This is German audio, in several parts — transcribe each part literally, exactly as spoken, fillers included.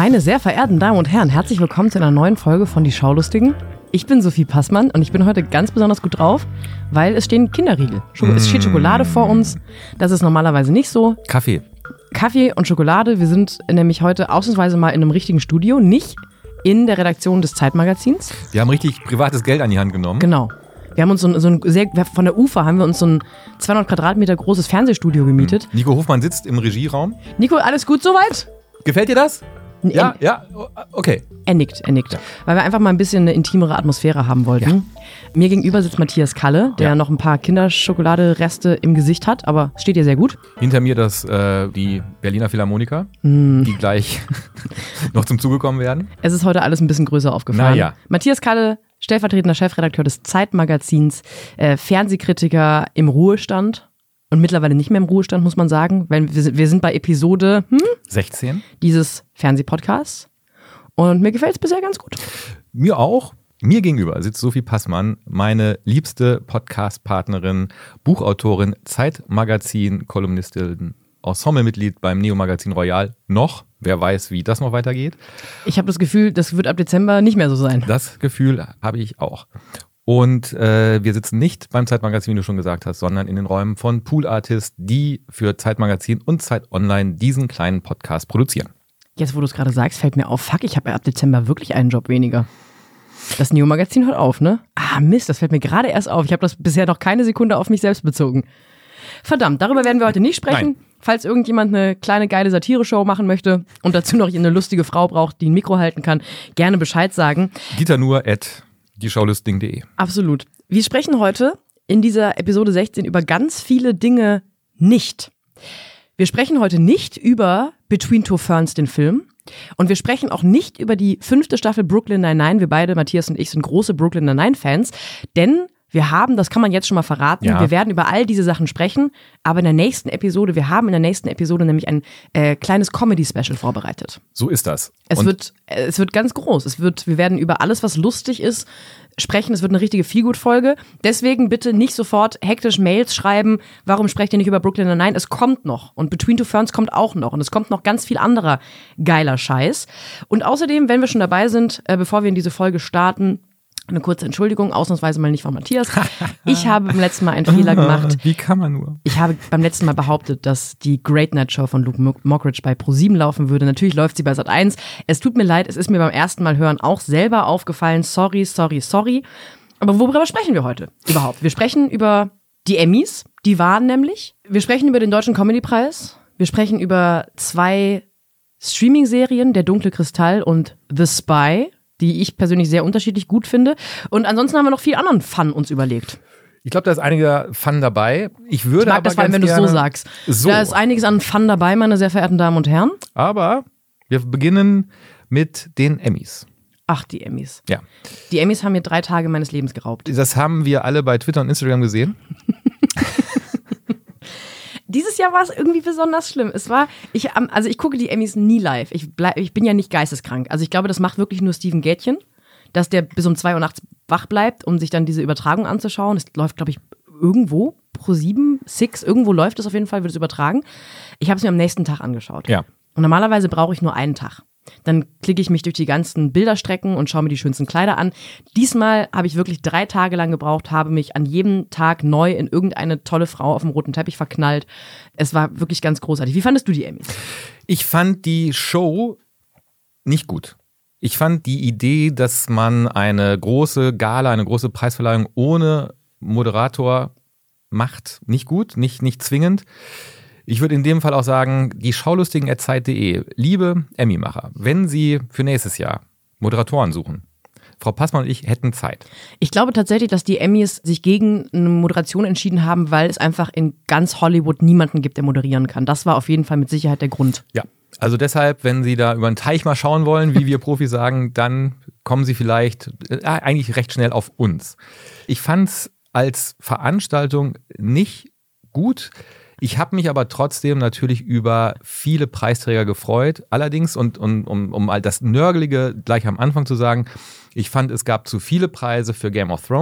Meine sehr verehrten Damen und Herren, herzlich willkommen zu einer neuen Folge von Die Schaulustigen. Ich bin Sophie Passmann und ich bin heute ganz besonders gut drauf, weil es stehen Kinderriegel. Schoko- es steht Schokolade vor uns. Das ist normalerweise nicht so. Kaffee. Kaffee und Schokolade. Wir sind nämlich heute ausnahmsweise mal in einem richtigen Studio, nicht in der Redaktion des Zeitmagazins. Wir haben richtig privates Geld an die Hand genommen. Genau. Wir haben uns so ein, so ein sehr, von der U F A haben wir uns so ein zweihundert Quadratmeter großes Fernsehstudio gemietet. Nico Hofmann sitzt im Regieraum. Nico, alles gut soweit? Gefällt dir das? Ja, er, ja, okay. Er nickt, er nickt. Ja. Weil wir einfach mal ein bisschen eine intimere Atmosphäre haben wollten. Ja. Mir gegenüber sitzt Matthias Kalle, der ja. noch ein paar Kinderschokoladereste im Gesicht hat, aber steht dir sehr gut. Hinter mir das, äh, die Berliner Philharmoniker, mm. die gleich noch zum Zuge kommen werden. Es ist heute alles ein bisschen größer aufgefahren. Na ja. Matthias Kalle, stellvertretender Chefredakteur des Zeitmagazins, äh, Fernsehkritiker im Ruhestand. Und mittlerweile nicht mehr im Ruhestand, muss man sagen, weil wir, wir sind bei Episode hm, sechzehn dieses Fernsehpodcasts. Und mir gefällt es bisher ganz gut. Mir auch. Mir gegenüber sitzt Sophie Passmann, meine liebste Podcast-Partnerin, Buchautorin, Zeitmagazin-Kolumnistin, Ensemblemitglied beim Neo-Magazin Royal. Noch, wer weiß, wie das noch weitergeht. Ich habe das Gefühl, das wird ab Dezember nicht mehr so sein. Das Gefühl habe ich auch. Und äh, wir sitzen nicht beim Zeitmagazin, wie du schon gesagt hast, sondern in den Räumen von Pool Artists, die für Zeitmagazin und Zeit Online diesen kleinen Podcast produzieren. Jetzt, wo du es gerade sagst, fällt mir auf, fuck, ich habe ja ab Dezember wirklich einen Job weniger. Das Neo-Magazin hört auf, ne? Ah, Mist, das fällt mir gerade erst auf. Ich habe das bisher noch keine Sekunde auf mich selbst bezogen. Verdammt, darüber werden wir heute nicht sprechen. Nein. Falls irgendjemand eine kleine, geile Satire-Show machen möchte und dazu noch eine lustige Frau braucht, die ein Mikro halten kann, gerne Bescheid sagen. Dieter Nuhr at die Schaulustigen punkt de. Absolut. Wir sprechen heute in dieser Episode sechzehn über ganz viele Dinge nicht. Wir sprechen heute nicht über Between Two Ferns, den Film. Und wir sprechen auch nicht über die fünfte Staffel Brooklyn Nine-Nine. Wir beide, Matthias und ich, sind große Brooklyn Nine-Nine-Fans. Denn wir haben, das kann man jetzt schon mal verraten, ja. wir werden über all diese Sachen sprechen. Aber in der nächsten Episode, wir haben in der nächsten Episode nämlich ein äh, kleines Comedy-Special vorbereitet. So ist das. Es und wird, es wird ganz groß. Es wird, wir werden über alles, was lustig ist, sprechen. Es wird eine richtige Feelgood-Folge. Deswegen bitte nicht sofort hektisch Mails schreiben, warum sprecht ihr nicht über Brooklyn Nine-Nine? Es kommt noch. Und Between Two Ferns kommt auch noch. Und es kommt noch ganz viel anderer geiler Scheiß. Und außerdem, wenn wir schon dabei sind, äh, bevor wir in diese Folge starten, eine kurze Entschuldigung, ausnahmsweise mal nicht von Matthias. Ich habe beim letzten Mal einen Fehler gemacht. Wie kann man nur? Ich habe beim letzten Mal behauptet, dass die Great Night Show von Luke Mockridge bei ProSieben laufen würde. Natürlich läuft sie bei Sat eins. Es tut mir leid, es ist mir beim ersten Mal hören auch selber aufgefallen. Sorry, sorry, sorry. Aber worüber sprechen wir heute überhaupt? Wir sprechen über die Emmys, die waren nämlich. Wir sprechen über den Deutschen Comedypreis. Wir sprechen über zwei Streaming-Serien, Der dunkle Kristall und The Spy, die ich persönlich sehr unterschiedlich gut finde. Und ansonsten haben wir noch viel anderen Fun uns überlegt. Ich glaube, da ist einiger Fun dabei. Ich würde ich mag aber das vor allem, wenn du es so sagst. So. Da ist einiges an Fun dabei, meine sehr verehrten Damen und Herren. Aber wir beginnen mit den Emmys. Ach, die Emmys. Ja. Die Emmys haben mir drei Tage meines Lebens geraubt. Das haben wir alle bei Twitter und Instagram gesehen. Dieses Jahr war es irgendwie besonders schlimm. Es war, ich, also ich gucke die Emmys nie live. Ich, bleib, ich bin ja nicht geisteskrank. Also ich glaube, das macht wirklich nur Steven Gätchen, dass der bis um zwei Uhr nachts wach bleibt, um sich dann diese Übertragung anzuschauen. Es läuft, glaube ich, irgendwo, ProSieben, Six, irgendwo läuft es auf jeden Fall, wird es übertragen. Ich habe es mir am nächsten Tag angeschaut. Ja. Und normalerweise brauche ich nur einen Tag. Dann klicke ich mich durch die ganzen Bilderstrecken und schaue mir die schönsten Kleider an. Diesmal habe ich wirklich drei Tage lang gebraucht, habe mich an jedem Tag neu in irgendeine tolle Frau auf dem roten Teppich verknallt. Es war wirklich ganz großartig. Wie fandest du die Emmys? Ich fand die Show nicht gut. Ich fand die Idee, dass man eine große Gala, eine große Preisverleihung ohne Moderator macht, nicht gut, nicht, nicht zwingend. Ich würde in dem Fall auch sagen, die Schaulustigen at zeit punkt de, liebe Emmy-Macher, wenn Sie für nächstes Jahr Moderatoren suchen, Frau Passmann und ich hätten Zeit. Ich glaube tatsächlich, dass die Emmys sich gegen eine Moderation entschieden haben, weil es einfach in ganz Hollywood niemanden gibt, der moderieren kann. Das war auf jeden Fall mit Sicherheit der Grund. Ja, also deshalb, wenn Sie da über den Teich mal schauen wollen, wie wir Profis sagen, dann kommen Sie vielleicht äh, eigentlich recht schnell auf uns. Ich fand es als Veranstaltung nicht gut. Ich habe mich aber trotzdem natürlich über viele Preisträger gefreut. Allerdings, und, und um, um all das Nörgelige gleich am Anfang zu sagen, ich fand, es gab zu viele Preise für Game of Thrones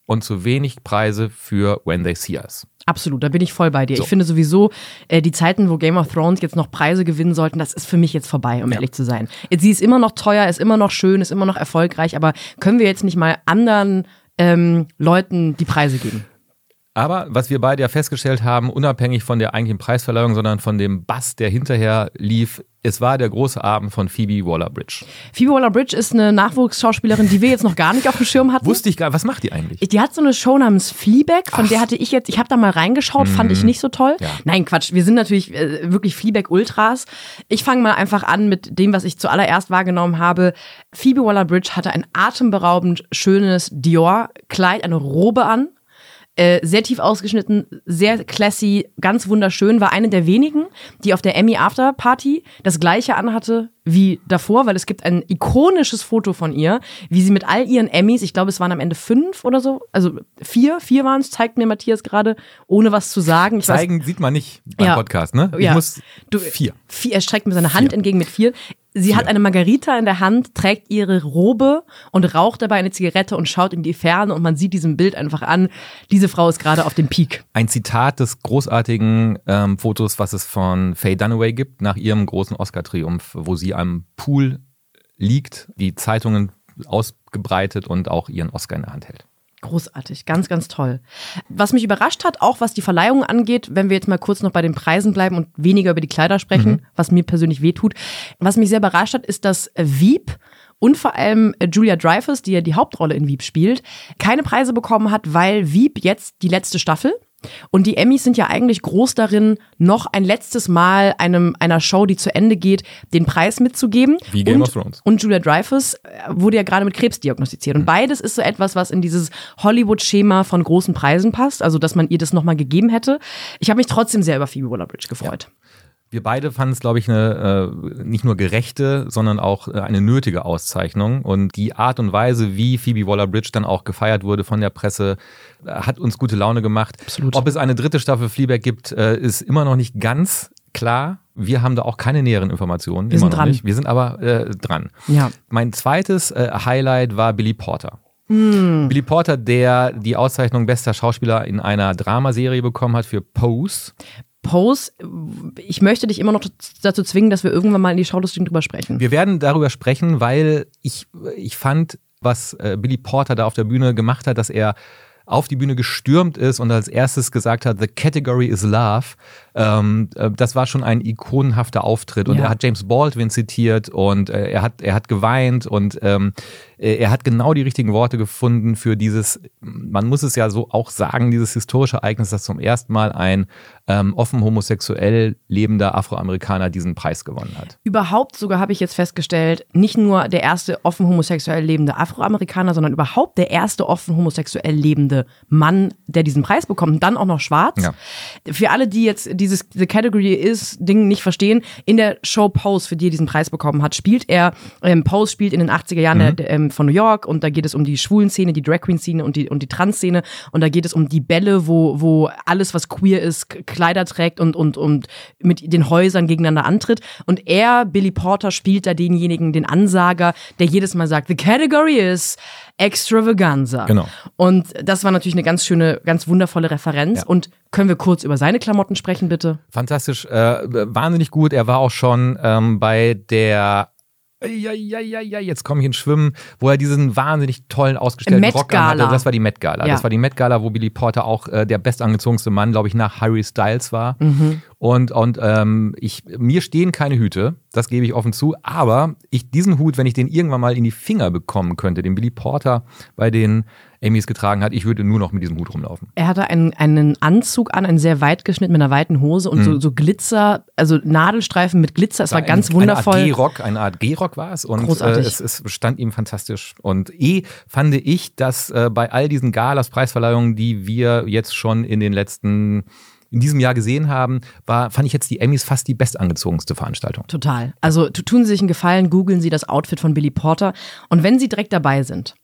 und zu wenig Preise für When They See Us. Absolut, da bin ich voll bei dir. So. Ich finde sowieso, äh, die Zeiten, wo Game of Thrones jetzt noch Preise gewinnen sollten, das ist für mich jetzt vorbei, um ja. ehrlich zu sein. Jetzt, sie ist immer noch teuer, ist immer noch schön, ist immer noch erfolgreich, aber können wir jetzt nicht mal anderen ähm, Leuten die Preise geben? Aber was wir beide ja festgestellt haben, unabhängig von der eigentlichen Preisverleihung, sondern von dem Bass, der hinterher lief, es war der große Abend von Phoebe Waller-Bridge. Phoebe Waller-Bridge ist eine Nachwuchsschauspielerin, die wir jetzt noch gar nicht auf dem Schirm hatten. Wusste ich gar nicht. Was macht die eigentlich? Die hat so eine Show namens Fleabag, von Ach. der hatte ich jetzt, ich habe da mal reingeschaut, fand ich nicht so toll. Ja. Nein, Quatsch, wir sind natürlich äh, wirklich Fleabag-Ultras. Ich fange mal einfach an mit dem, was ich zuallererst wahrgenommen habe. Phoebe Waller-Bridge hatte ein atemberaubend schönes Dior-Kleid, eine Robe an. Äh, sehr tief ausgeschnitten, sehr classy, ganz wunderschön, war eine der wenigen, die auf der Emmy After Party das gleiche anhatte wie davor, weil es gibt ein ikonisches Foto von ihr, wie sie mit all ihren Emmys, ich glaube es waren am Ende fünf oder so, also vier, vier waren es, zeigt mir Matthias gerade, ohne was zu sagen. Ich Zeigen weiß, sieht man nicht beim ja, Podcast, ne? Ich ja. muss du, vier. vier. Er streckt mir seine Hand vier. entgegen mit vier. Sie Vier. hat eine Margarita in der Hand, trägt ihre Robe und raucht dabei eine Zigarette und schaut in die Ferne und man sieht diesem Bild einfach an, diese Frau ist gerade auf dem Peak. Ein Zitat des großartigen ähm, Fotos, was es von Faye Dunaway gibt, nach ihrem großen Oscar-Triumph, wo sie am Pool liegt, die Zeitungen ausgebreitet und auch ihren Oscar in der Hand hält. Großartig, ganz, ganz toll. Was mich überrascht hat, auch was die Verleihung angeht, wenn wir jetzt mal kurz noch bei den Preisen bleiben und weniger über die Kleider sprechen, mhm. was mir persönlich wehtut. Was mich sehr überrascht hat, ist, dass Veep und vor allem Julia Dreyfus, die ja die Hauptrolle in Veep spielt, keine Preise bekommen hat, weil Veep jetzt die letzte Staffel und die Emmys sind ja eigentlich groß darin, noch ein letztes Mal einem einer Show, die zu Ende geht, den Preis mitzugeben. Wie Game und, of Thrones. Und Julia Dreyfus wurde ja gerade mit Krebs diagnostiziert. Und mhm. beides ist so etwas, was in dieses Hollywood-Schema von großen Preisen passt, also dass man ihr das nochmal gegeben hätte. Ich habe mich trotzdem sehr über Phoebe Waller-Bridge gefreut. Ja. Wir beide fanden es, glaube ich, eine äh, nicht nur gerechte, sondern auch äh, eine nötige Auszeichnung. Und die Art und Weise, wie Phoebe Waller-Bridge dann auch gefeiert wurde von der Presse, äh, hat uns gute Laune gemacht. Absolut. Ob es eine dritte Staffel Fleabag gibt, äh, ist immer noch nicht ganz klar. Wir haben da auch keine näheren Informationen. Wir sind dran. Nicht. Wir sind aber äh, dran. Ja. Mein zweites äh, Highlight war Billy Porter. Mm. Billy Porter, der die Auszeichnung bester Schauspieler in einer Dramaserie bekommen hat für Pose. Pose, ich möchte dich immer noch dazu zwingen, dass wir irgendwann mal in die Shortlisting drüber sprechen. Wir werden darüber sprechen, weil ich, ich fand, was äh, Billy Porter da auf der Bühne gemacht hat, dass er auf die Bühne gestürmt ist und als erstes gesagt hat, the category is love. Ähm, äh, das war schon ein ikonenhafter Auftritt und ja. er hat James Baldwin zitiert und äh, er hat er hat geweint und ähm, er hat genau die richtigen Worte gefunden für dieses, man muss es ja so auch sagen, dieses historische Ereignis, dass zum ersten Mal ein ähm, offen homosexuell lebender Afroamerikaner diesen Preis gewonnen hat. Überhaupt sogar habe ich jetzt festgestellt, nicht nur der erste offen homosexuell lebende Afroamerikaner, sondern überhaupt der erste offen homosexuell lebende Mann, der diesen Preis bekommt, dann auch noch schwarz. Ja. Für alle, die jetzt dieses The Category Is Ding nicht verstehen, in der Show Pose, für die er diesen Preis bekommen hat, spielt er, ähm, Pose spielt in den achtziger Jahren mhm. der, ähm, von New York und da geht es um die Schwulen-Szene, die Drag-Queen-Szene und die, und die Trans-Szene und da geht es um die Bälle, wo, wo alles, was queer ist, Kleider trägt und, und, und mit den Häusern gegeneinander antritt und er, Billy Porter, spielt da denjenigen, den Ansager, der jedes Mal sagt, The Category Is Extravaganza. Genau. Und das war natürlich eine ganz schöne, ganz wundervolle Referenz. Ja. Und können wir kurz über seine Klamotten sprechen, bitte? Fantastisch, äh, wahnsinnig gut. Er war auch schon ähm, bei der Ja, ja, ja, ja, jetzt komme ich ins Schwimmen, wo er diesen wahnsinnig tollen ausgestellten Met Rock Gala. anhatte. Das war die Met Gala. Ja. Das war die Met Gala, wo Billy Porter auch äh, der bestangezogenste Mann, glaube ich, nach Harry Styles war. Mhm. Und, und ähm, ich, mir stehen keine Hüte, das gebe ich offen zu, aber ich diesen Hut, wenn ich den irgendwann mal in die Finger bekommen könnte, den Billy Porter bei den Emmys getragen hat, ich würde nur noch mit diesem Hut rumlaufen. Er hatte einen, einen Anzug an, einen sehr weit geschnitten mit einer weiten Hose und mhm. so, so Glitzer, also Nadelstreifen mit Glitzer. Es war, war ganz ein, wundervoll. Eine Art G-Rock, eine Art G-Rock war es und äh, es, es stand ihm fantastisch. Und eh fand ich, dass äh, bei all diesen Galas, Preisverleihungen, die wir jetzt schon in den letzten in diesem Jahr gesehen haben, war, fand ich jetzt die Emmys fast die bestangezogenste Veranstaltung. Total. Also tun Sie sich einen Gefallen, googeln Sie das Outfit von Billy Porter und wenn Sie direkt dabei sind,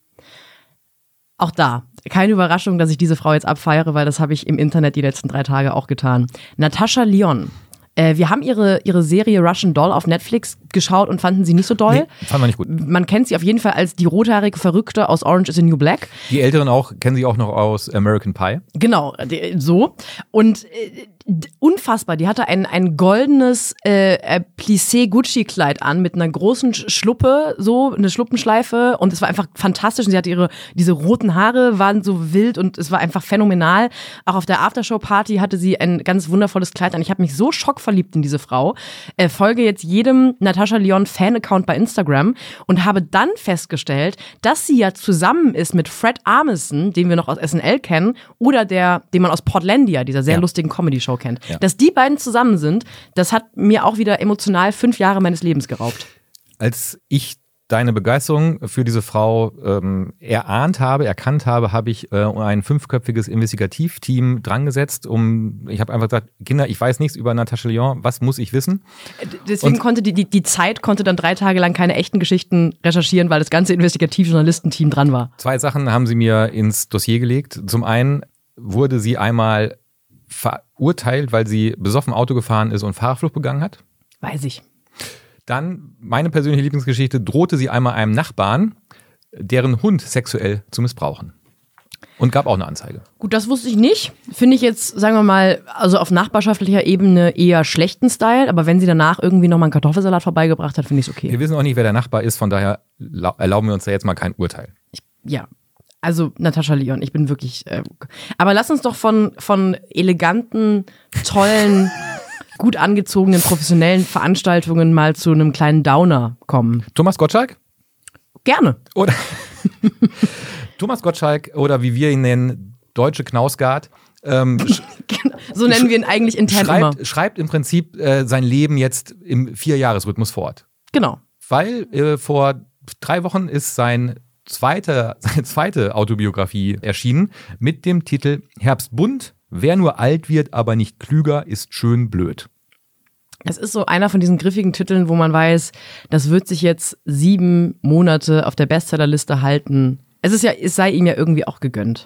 auch da, keine Überraschung, dass ich diese Frau jetzt abfeiere, weil das habe ich im Internet die letzten drei Tage auch getan. Natascha Lyonne Äh, wir haben ihre, ihre Serie Russian Doll auf Netflix geschaut und fanden sie nicht so doll. Nee, fanden wir nicht gut. Man kennt sie auf jeden Fall als die rothaarige Verrückte aus Orange is the New Black. Die Älteren auch, kennen sie auch noch aus American Pie. Genau, so. Und äh, unfassbar, die hatte ein, ein goldenes äh, Plissé-Gucci-Kleid an mit einer großen Schluppe, so eine Schluppenschleife, und es war einfach fantastisch. Und sie hatte ihre, diese roten Haare waren so wild und es war einfach phänomenal. Auch auf der Aftershow-Party hatte sie ein ganz wundervolles Kleid an. Ich habe mich so schockverliebt in diese Frau. Äh, folge jetzt jedem Natascha Lyonne Fan-Account bei Instagram und habe dann festgestellt, dass sie ja zusammen ist mit Fred Armisen, den wir noch aus S N L kennen, oder der, den man aus Portlandia, dieser sehr ja. lustigen Comedy-Show kennt. Ja. Dass die beiden zusammen sind, das hat mir auch wieder emotional fünf Jahre meines Lebens geraubt. Als ich deine Begeisterung für diese Frau ähm, erahnt habe, erkannt habe, habe ich äh, ein fünfköpfiges Investigativteam drangesetzt, um, ich habe einfach gesagt, Kinder, ich weiß nichts über Natascha Lyonne, was muss ich wissen? Deswegen Und konnte die, die, die Zeit konnte dann drei Tage lang keine echten Geschichten recherchieren, weil das ganze Investigativjournalistenteam dran war. Zwei Sachen haben sie mir ins Dossier gelegt. Zum einen wurde sie einmal verurteilt, weil sie besoffen Auto gefahren ist und Fahrerflucht begangen hat. Weiß ich. Dann, meine persönliche Lieblingsgeschichte, drohte sie einmal einem Nachbarn, deren Hund sexuell zu missbrauchen. Und gab auch eine Anzeige. Gut, das wusste ich nicht. Finde ich jetzt, sagen wir mal, also auf nachbarschaftlicher Ebene eher schlechten Style. Aber wenn sie danach irgendwie nochmal einen Kartoffelsalat vorbeigebracht hat, finde ich es okay. Wir wissen auch nicht, wer der Nachbar ist. Von daher erlauben wir uns da jetzt mal kein Urteil. Ich, ja, also Natascha Lyonne, ich bin wirklich... Äh, aber lass uns doch von, von eleganten, tollen... gut angezogenen, professionellen Veranstaltungen mal zu einem kleinen Downer kommen. Thomas Gottschalk? Gerne. Oder Thomas Gottschalk oder wie wir ihn nennen, Deutsche Knausgard. Ähm, so nennen wir ihn eigentlich intern schreibt, immer. Schreibt im Prinzip äh, sein Leben jetzt im Vierjahresrhythmus fort. Genau. Weil äh, vor drei Wochen ist sein zweite, seine zweite Autobiografie erschienen mit dem Titel Herbstbunt. Wer nur alt wird, aber nicht klüger, ist schön blöd. Es ist so einer von diesen griffigen Titeln, wo man weiß, das wird sich jetzt sieben Monate auf der Bestsellerliste halten. Es ist ja, es sei ihm ja irgendwie auch gegönnt.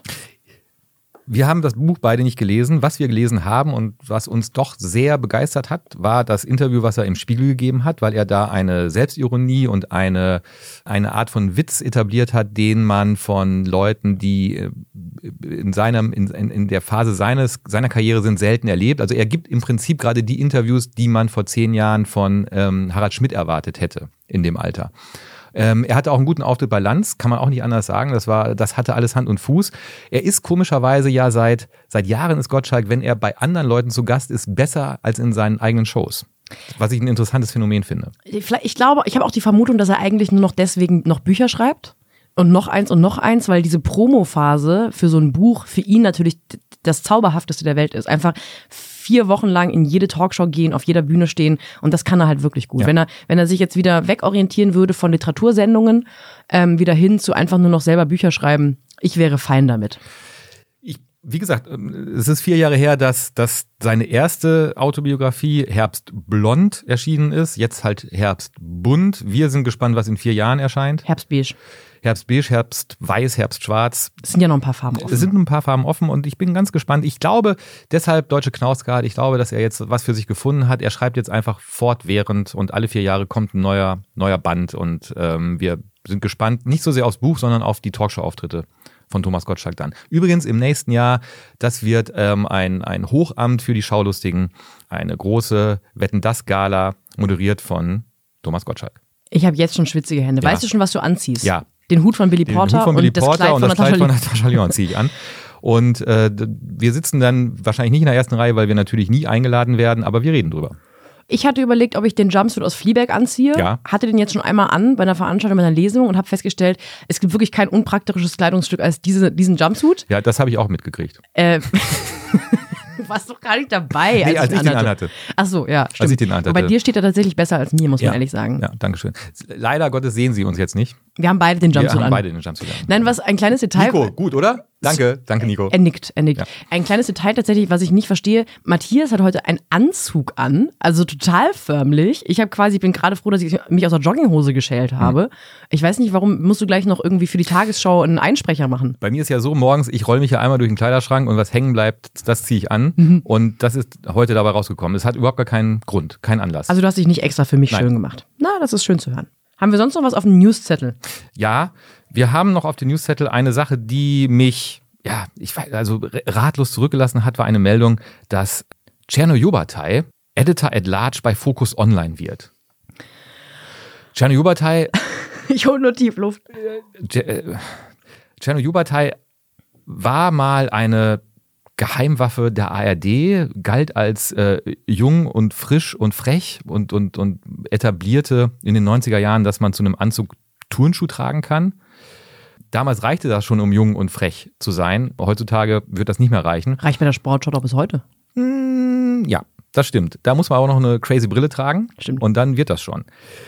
Wir haben das Buch beide nicht gelesen. Was wir gelesen haben und was uns doch sehr begeistert hat, war das Interview, was er im Spiegel gegeben hat, weil er da eine Selbstironie und eine, eine Art von Witz etabliert hat, den man von Leuten, die in, seinem, in, in der Phase seines, seiner Karriere sind, selten erlebt. Also er gibt im Prinzip gerade die Interviews, die man vor zehn Jahren von ähm, Harald Schmidt erwartet hätte in dem Alter. Ähm, er hatte auch einen guten Auftritt bei Lanz, kann man auch nicht anders sagen. Das war, das hatte alles Hand und Fuß. Er ist komischerweise ja seit, seit Jahren ist Gottschalk, wenn er bei anderen Leuten zu Gast ist, besser als in seinen eigenen Shows. Was ich ein interessantes Phänomen finde. Ich glaube, ich habe auch die Vermutung, dass er eigentlich nur noch deswegen noch Bücher schreibt. Und noch eins und noch eins, weil diese Promophase für so ein Buch für ihn natürlich das Zauberhafteste der Welt ist. Einfach vier Wochen lang in jede Talkshow gehen, auf jeder Bühne stehen, und das kann er halt wirklich gut. Ja. Wenn er, wenn er sich jetzt wieder wegorientieren würde von Literatursendungen, ähm, wieder hin zu einfach nur noch selber Bücher schreiben, ich wäre fein damit. Ich, wie gesagt, es ist vier Jahre her, dass, dass seine erste Autobiografie Herbstblond erschienen ist, jetzt halt Herbstbunt. Wir sind gespannt, was in vier Jahren erscheint. Herbstbeige. Herbstbeige, Herbstweiß, Herbstschwarz. Es sind ja noch ein paar Farben offen. Es sind ein paar Farben offen und ich bin ganz gespannt. Ich glaube, deshalb Deutsche Knausgard, ich glaube, dass er jetzt was für sich gefunden hat. Er schreibt jetzt einfach fortwährend und alle vier Jahre kommt ein neuer, neuer Band und ähm, wir sind gespannt, nicht so sehr aufs Buch, sondern auf die Talkshow-Auftritte von Thomas Gottschalk dann. Übrigens im nächsten Jahr, das wird ähm, ein, ein Hochamt für die Schaulustigen, eine große Wetten-dass-Gala, moderiert von Thomas Gottschalk. Ich habe jetzt schon schwitzige Hände. Ja. Weißt du schon, was du anziehst? Ja. Den Hut von Billy Porter, Den Hut von Billy und, das Porter Kleid und von das Kleid Natascha von Natascha Lyonne ziehe ich an. Und äh, wir sitzen dann wahrscheinlich nicht in der ersten Reihe, weil wir natürlich nie eingeladen werden, aber wir reden drüber. Ich hatte überlegt, ob ich den Jumpsuit aus Fleabag anziehe. Ja. Hatte den jetzt schon einmal an bei einer Veranstaltung, bei einer Lesung und habe festgestellt, es gibt wirklich kein unpraktisches Kleidungsstück als diese, diesen Jumpsuit. Ja, das habe ich auch mitgekriegt. Äh, du warst doch gar nicht dabei, als, nee, als ich, ich den anhatte. Ach so, ja, stimmt. Als ich den anhatte. Aber bei dir steht er tatsächlich besser als mir, muss ja. man ehrlich sagen. Ja, danke schön. Leider Gottes sehen Sie uns jetzt nicht. Wir haben beide den Wir Jumpsuit haben an. beide den Jumpsuit an. Nein, was ein kleines Detail. Nico, gut, oder? Danke, danke Nico. Er nickt, er nickt. Ja. Ein kleines Detail tatsächlich, was ich nicht verstehe. Matthias hat heute einen Anzug an, also total förmlich. Ich habe quasi, ich bin gerade froh, dass ich mich aus der Jogginghose geschält habe. Hm. Ich weiß nicht, warum musst du gleich noch irgendwie für die Tagesschau einen Einsprecher machen? Bei mir ist ja so, morgens, ich roll mich ja einmal durch den Kleiderschrank und was hängen bleibt, das ziehe ich an. Mhm. Und das ist heute dabei rausgekommen. Es hat überhaupt gar keinen Grund, keinen Anlass. Also du hast dich nicht extra für mich Nein. schön gemacht. Na, das ist schön zu hören. Haben wir sonst noch was auf dem Newszettel? Ja, wir haben noch auf dem Newszettel eine Sache, die mich, ja, ich weiß, also ratlos zurückgelassen hat, war eine Meldung, dass Tscherno Jobatai Editor at Large bei Focus Online wird. Tscherno Jobatai. Ich hole nur Tiefluft. Tscherno Jobatai war mal eine Geheimwaffe der A R D, galt als äh, jung und frisch und frech und, und, und etablierte in den neunziger Jahren, dass man zu einem Anzug Turnschuh tragen kann. Damals reichte das schon, um jung und frech zu sein. Heutzutage wird das nicht mehr reichen. Reicht bei der Sportschau doch bis heute? Mm, ja, das stimmt. Da muss man auch noch eine crazy Brille tragen. Stimmt. Und dann wird das schon.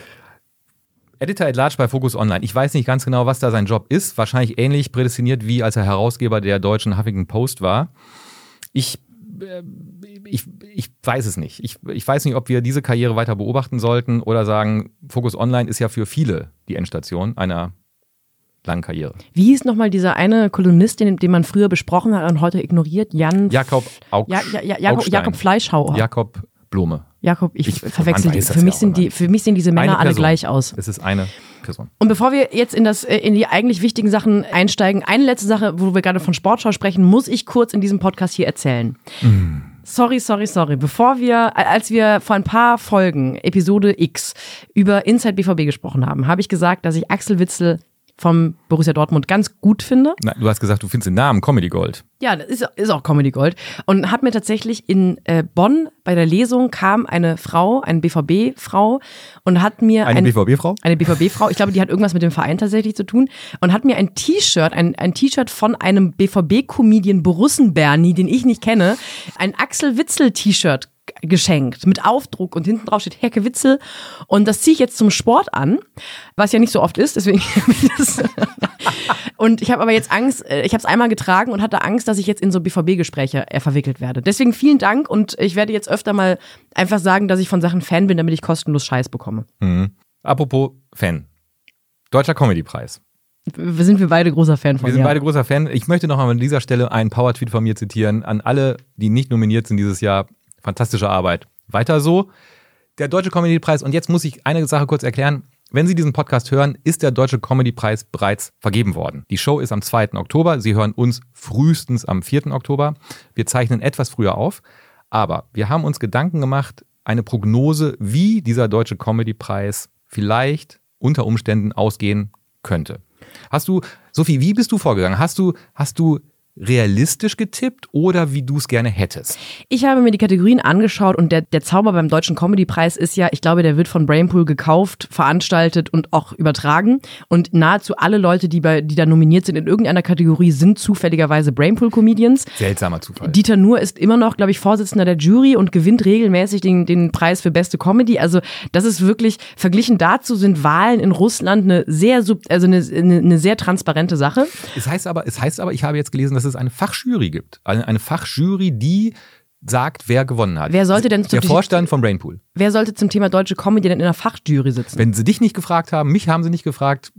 Editor at Large bei Focus Online. Ich weiß nicht ganz genau, was da sein Job ist. Wahrscheinlich ähnlich prädestiniert, wie als er Herausgeber der deutschen Huffington Post war. Ich, äh, ich, ich weiß es nicht. Ich, ich weiß nicht, ob wir diese Karriere weiter beobachten sollten oder sagen, Focus Online ist ja für viele die Endstation einer langen Karriere. Wie hieß nochmal dieser eine Kolumnist, den, den man früher besprochen hat und heute ignoriert? Jan Jakob Augst- ja, ja, ja, Jakob, Jakob Fleischhauer. Jakob Blome. Jakob, ich, ich verwechsel die. Für mich, ja sind die, für mich sehen diese Männer alle gleich aus. Es ist eine Person. Und bevor wir jetzt in, das, in die eigentlich wichtigen Sachen einsteigen, eine letzte Sache, wo wir gerade von Sportschau sprechen, muss ich kurz in diesem Podcast hier erzählen. Mm. Sorry, sorry, sorry. Bevor wir, als wir vor ein paar Folgen, Episode X, über Inside B V B gesprochen haben, habe ich gesagt, dass ich Axel Witsel vom Borussia Dortmund ganz gut finde. Na, du hast gesagt, du findest den Namen Comedy Gold. Ja, das ist, ist auch Comedy Gold. Und hat mir tatsächlich in äh, Bonn bei der Lesung kam eine Frau, eine B V B-Frau und hat mir eine ein, B V B-Frau? Eine B V B-Frau, ich glaube, die hat irgendwas mit dem Verein tatsächlich zu tun und hat mir ein T-Shirt, ein, ein T-Shirt von einem B V B-Comedian Borussen Bernie, den ich nicht kenne, ein Axel Witsel-T-Shirt geschenkt mit Aufdruck und hinten drauf steht Hecke Witzel und das ziehe ich jetzt zum Sport an, was ja nicht so oft ist, deswegen das und ich habe aber jetzt Angst, ich habe es einmal getragen und hatte Angst, dass ich jetzt in so B V B-Gespräche verwickelt werde. Deswegen vielen Dank und ich werde jetzt öfter mal einfach sagen, dass ich von Sachen Fan bin, damit ich kostenlos Scheiß bekomme. Mhm. Apropos Fan. Deutscher Comedy-Preis. Wir sind wir beide großer Fan von. Wir sind ja. beide großer Fan. Ich möchte noch einmal an dieser Stelle einen Power-Tweet von mir zitieren an alle, die nicht nominiert sind dieses Jahr. Fantastische Arbeit. Weiter so. Der Deutsche Comedy-Preis, und jetzt muss ich eine Sache kurz erklären. Wenn Sie diesen Podcast hören, ist der Deutsche Comedy-Preis bereits vergeben worden. Die Show ist am zweiten Oktober. Sie hören uns frühestens am vierten Oktober. Wir zeichnen etwas früher auf. Aber wir haben uns Gedanken gemacht, eine Prognose, wie dieser Deutsche Comedy-Preis vielleicht unter Umständen ausgehen könnte. Hast du, Sophie, wie bist du vorgegangen? Hast du, hast du realistisch getippt oder wie du es gerne hättest? Ich habe mir die Kategorien angeschaut und der, der Zauber beim Deutschen Comedy-Preis ist ja, ich glaube, der wird von Brainpool gekauft, veranstaltet und auch übertragen und nahezu alle Leute, die, bei, die da nominiert sind in irgendeiner Kategorie, sind zufälligerweise Brainpool-Comedians. Seltsamer Zufall. Dieter Nuhr ist immer noch, glaube ich, Vorsitzender der Jury und gewinnt regelmäßig den, den Preis für beste Comedy. Also das ist wirklich, verglichen dazu sind Wahlen in Russland eine sehr, also eine, eine, eine sehr transparente Sache. Es heißt aber, es heißt aber, ich habe jetzt gelesen, dass es eine Fachjury gibt. Eine, eine Fachjury, die sagt, wer gewonnen hat. Wer sollte denn Der Vorstand von Brainpool. Wer sollte zum Thema deutsche Comedy denn in einer Fachjury sitzen? Wenn sie dich nicht gefragt haben, mich haben sie nicht gefragt,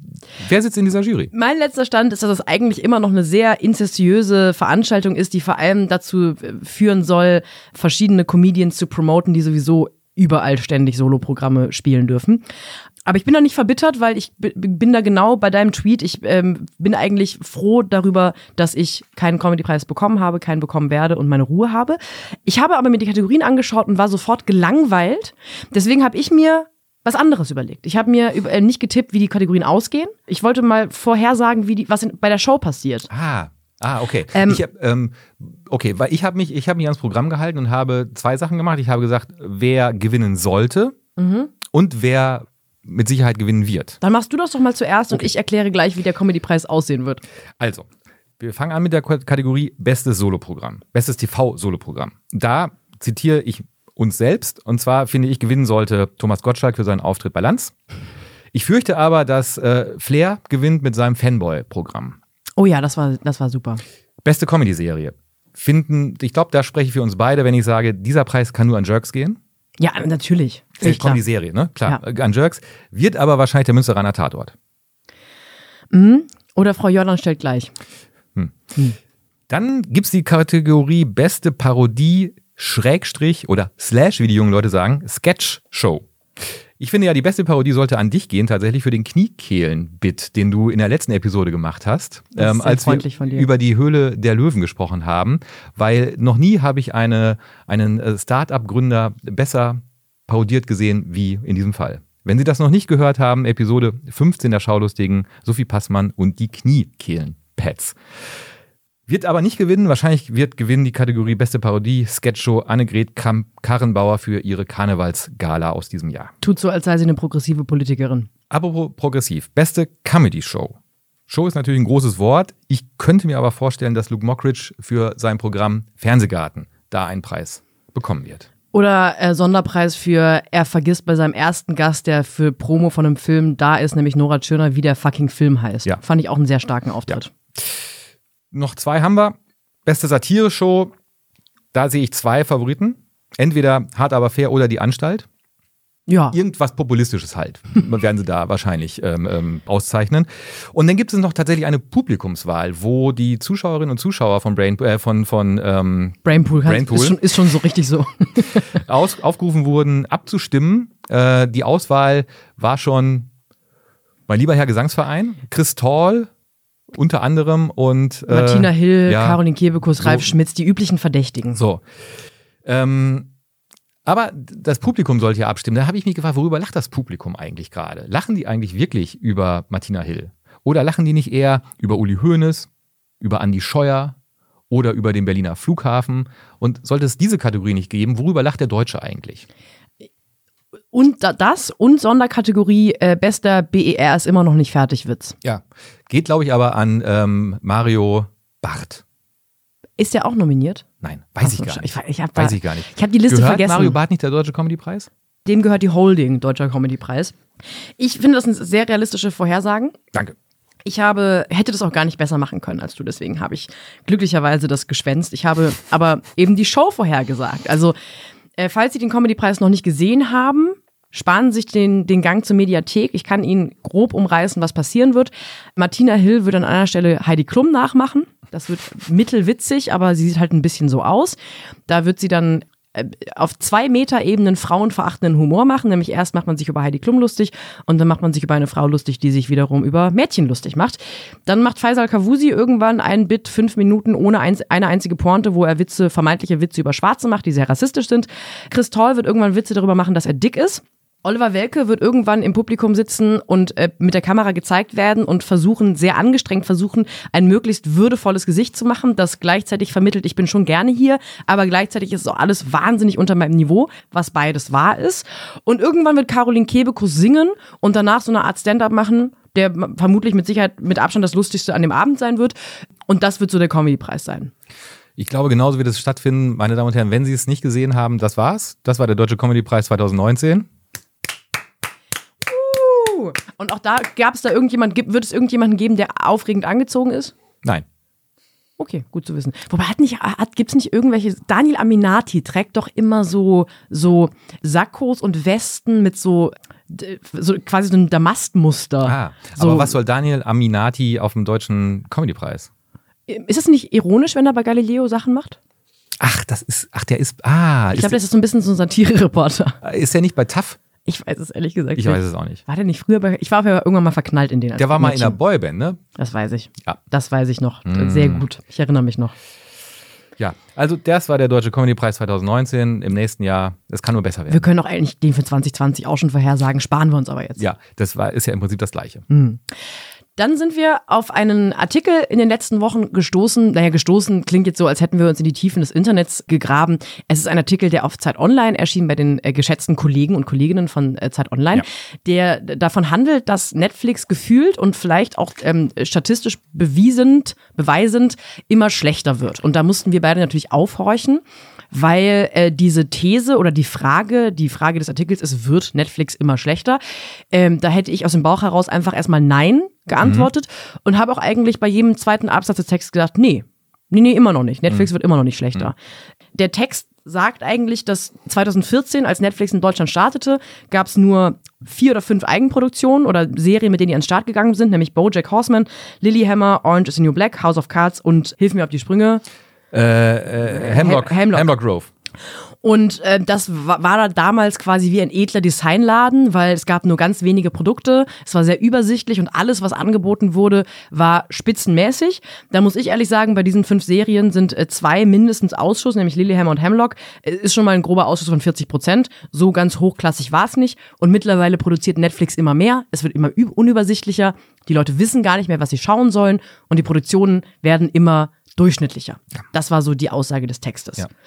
wer sitzt in dieser Jury? Mein letzter Stand ist, dass es eigentlich immer noch eine sehr inzestiöse Veranstaltung ist, die vor allem dazu führen soll, verschiedene Comedians zu promoten, die sowieso überall ständig Soloprogramme spielen dürfen. Aber ich bin da nicht verbittert, weil ich bin da genau bei deinem Tweet. Ich ähm, bin eigentlich froh darüber, dass ich keinen Comedy-Preis bekommen habe, keinen bekommen werde und meine Ruhe habe. Ich habe aber mir die Kategorien angeschaut und war sofort gelangweilt. Deswegen habe ich mir was anderes überlegt. Ich habe mir über, äh, nicht getippt, wie die Kategorien ausgehen. Ich wollte mal vorhersagen, wie die, was in, bei der Show passiert. Ah, ah okay. Ähm, ich hab, ähm, okay, weil ich habe mich, ich habe mich ans Programm gehalten und habe zwei Sachen gemacht. Ich habe gesagt, wer gewinnen sollte mhm. und wer mit Sicherheit gewinnen wird. Dann machst du das doch mal zuerst okay. Und ich erkläre gleich, wie der Comedy-Preis aussehen wird. Also, wir fangen an mit der Kategorie Bestes Soloprogramm. Bestes T V-Soloprogramm. Da zitiere ich uns selbst. Und zwar finde ich, gewinnen sollte Thomas Gottschalk für seinen Auftritt bei Lanz. Ich fürchte aber, dass äh, Flair gewinnt mit seinem Fanboy-Programm. Oh ja, das war, das war super. Beste Comedy-Serie. Finden, ich glaube, da spreche ich für uns beide, wenn ich sage, dieser Preis kann nur an Jerks gehen. Ja, natürlich. Äh, Comedy-Serie, ne? Klar, Ja. an Jerks. Wird aber wahrscheinlich der Münsteraner Tatort. Mhm. Oder Frau Jordan stellt gleich. Hm. Hm. Dann gibt es die Kategorie Beste Parodie, Schrägstrich oder Slash, wie die jungen Leute sagen, Sketch-Show. Ich finde ja, die beste Parodie sollte an dich gehen, tatsächlich für den Kniekehlen-Bit, den du in der letzten Episode gemacht hast, Das ist ähm, sehr als freundlich wir von dir. über die Höhle der Löwen gesprochen haben, weil noch nie habe ich eine, einen äh, Start-up-Gründer besser parodiert gesehen wie in diesem Fall. Wenn Sie das noch nicht gehört haben, Episode fünfzehn der Schaulustigen, Sophie Passmann und die Kniekehlen-Pads. Wird aber nicht gewinnen. Wahrscheinlich wird gewinnen die Kategorie Beste Parodie, Sketchshow Annegret Kramp-Karrenbauer für ihre Karnevalsgala aus diesem Jahr. Tut so, als sei sie eine progressive Politikerin. Apropos progressiv. Beste Comedy-Show. Show ist natürlich ein großes Wort. Ich könnte mir aber vorstellen, dass Luke Mockridge für sein Programm Fernsehgarten da einen Preis bekommen wird. Oder äh, Sonderpreis für, er vergisst bei seinem ersten Gast, der für Promo von einem Film da ist, nämlich Nora Tschirner, wie der fucking Film heißt. Ja. Fand ich auch einen sehr starken Auftritt. Ja. Noch zwei haben wir. Beste Satire-Show, da sehe ich zwei Favoriten. Entweder Hart aber fair oder Die Anstalt. Ja. Irgendwas Populistisches halt, werden sie da wahrscheinlich ähm, ähm, auszeichnen. Und dann gibt es noch tatsächlich eine Publikumswahl, wo die Zuschauerinnen und Zuschauer von Brain, äh, von, von ähm, Brainpool, Brainpool. Ist, schon, ist schon so richtig so. aus, aufgerufen wurden, abzustimmen. Äh, die Auswahl war schon mein lieber Herr Gesangsverein, Chris Tall unter anderem und äh, Martina Hill, ja, Caroline Kebekus, so. Ralf Schmitz, die üblichen Verdächtigen. So. Ähm, aber das Publikum sollte ja abstimmen. Da habe ich mich gefragt, worüber lacht das Publikum eigentlich gerade? Lachen die eigentlich wirklich über Martina Hill? Oder lachen die nicht eher über Uli Hoeneß, über Andi Scheuer oder über den Berliner Flughafen? Und sollte es diese Kategorie nicht geben, worüber lacht der Deutsche eigentlich? Und da- das und Sonderkategorie äh, bester B E R ist immer noch nicht fertig, Witz. Ja, geht glaube ich aber an ähm, Mario Barth. Ist der auch nominiert? Nein, weiß Ach so, ich gar nicht. Ich, ich hab weiß da, ich gar nicht. Ich habe die Liste Gehört vergessen. Mario Barth nicht der Deutsche Comedy-Preis? Dem gehört die Holding, Deutscher Comedy-Preis. Ich finde, das sind sehr realistische Vorhersagen. Danke. Ich habe, hätte das auch gar nicht besser machen können als du, deswegen habe ich glücklicherweise das geschwänzt. Ich habe aber eben die Show vorhergesagt. Also, äh, falls Sie den Comedy-Preis noch nicht gesehen haben, sparen Sie sich den, den Gang zur Mediathek. Ich kann Ihnen grob umreißen, was passieren wird. Martina Hill wird an einer Stelle Heidi Klum nachmachen. Das wird mittelwitzig, aber sie sieht halt ein bisschen so aus. Da wird sie dann äh, auf zwei Meter-Ebenen frauenverachtenden Humor machen. Nämlich erst macht man sich über Heidi Klum lustig und dann macht man sich über eine Frau lustig, die sich wiederum über Mädchen lustig macht. Dann macht Faisal Kavusi irgendwann ein Bit, fünf Minuten ohne ein, eine einzige Pointe, wo er Witze, vermeintliche Witze über Schwarze macht, die sehr rassistisch sind. Chris Tall wird irgendwann Witze darüber machen, dass er dick ist. Oliver Welke wird irgendwann im Publikum sitzen und äh, mit der Kamera gezeigt werden und versuchen, sehr angestrengt versuchen, ein möglichst würdevolles Gesicht zu machen, das gleichzeitig vermittelt, ich bin schon gerne hier, aber gleichzeitig ist es auch alles wahnsinnig unter meinem Niveau, was beides wahr ist. Und irgendwann wird Caroline Kebekus singen und danach so eine Art Stand-up machen, der vermutlich mit Sicherheit mit Abstand das Lustigste an dem Abend sein wird. Und das wird so der Comedy-Preis sein. Ich glaube, genauso wird es stattfinden. Meine Damen und Herren, wenn Sie es nicht gesehen haben, das war's. Das war der Deutsche Comedy-Preis zwanzig neunzehn. Und auch da gab es da irgendjemand, gibt- wird es irgendjemanden geben, der aufregend angezogen ist? Nein. Okay, gut zu wissen. Wobei hat nicht, hat, gibt's nicht irgendwelche, Daniel Aminati trägt doch immer so, so Sakkos und Westen mit so, d- so quasi so einem Damastmuster. Ah, so, aber was soll Daniel Aminati auf dem Deutschen Comedy-Preis? Ist das nicht ironisch, wenn er bei Galileo Sachen macht? Ach, das ist, ach, der ist, ah, Ich ist, glaube, das ist so ein bisschen so ein Satire-Reporter. ist der nicht bei T A F? Ich weiß es ehrlich gesagt Ich nicht. weiß es auch nicht. War der nicht früher bei, ich war aber irgendwann mal verknallt in den. als Der war mal in Mädchen. einer Boyband, ne? Das weiß ich. Ja. Das weiß ich noch. Mm. Sehr gut. Ich erinnere mich noch. Ja, also das war der Deutsche Comedy-Preis zwanzig neunzehn. Im nächsten Jahr, es kann nur besser werden. Wir können auch eigentlich den für zwanzig zwanzig auch schon vorhersagen, sparen wir uns aber jetzt. Ja, das war, ist ja im Prinzip das Gleiche. Dann sind wir auf einen Artikel in den letzten Wochen gestoßen. Naja, gestoßen klingt jetzt so, als hätten wir uns in die Tiefen des Internets gegraben. Es ist ein Artikel, der auf Zeit Online erschien bei den äh, geschätzten Kollegen und Kolleginnen von äh, Zeit Online, Ja. der d- davon handelt, dass Netflix gefühlt und vielleicht auch ähm, statistisch bewiesend, beweisend immer schlechter wird. Und da mussten wir beide natürlich aufhorchen. weil äh, diese These oder die Frage, die Frage des Artikels ist, wird Netflix immer schlechter? Ähm, da hätte ich aus dem Bauch heraus einfach erstmal Nein geantwortet mhm. und habe auch eigentlich bei jedem zweiten Absatz des Texts gedacht, nee, nee, nee, immer noch nicht. Netflix mhm. wird immer noch nicht schlechter. Mhm. Der Text sagt eigentlich, dass zwanzig vierzehn, als Netflix in Deutschland startete, gab es nur vier oder fünf Eigenproduktionen oder Serien, mit denen die an den Start gegangen sind, nämlich BoJack Horseman, Lilyhammer, Orange is the New Black, House of Cards und hilf mir auf die Sprünge. Äh, äh, Hemlock, Hemlock. Hemlock Grove. Und äh, das war, war da damals quasi wie ein edler Designladen, weil es gab nur ganz wenige Produkte. Es war sehr übersichtlich und alles, was angeboten wurde, war spitzenmäßig. Da muss ich ehrlich sagen, bei diesen fünf Serien sind äh, zwei mindestens Ausschuss, nämlich Lilyhammer und Hemlock. Äh, ist schon mal ein grober Ausschuss von vierzig Prozent. So ganz hochklassig war es nicht. Und mittlerweile produziert Netflix immer mehr. Es wird immer unübersichtlicher. Die Leute wissen gar nicht mehr, was sie schauen sollen. Und die Produktionen werden immer durchschnittlicher. Das war so die Aussage des Textes. Ja.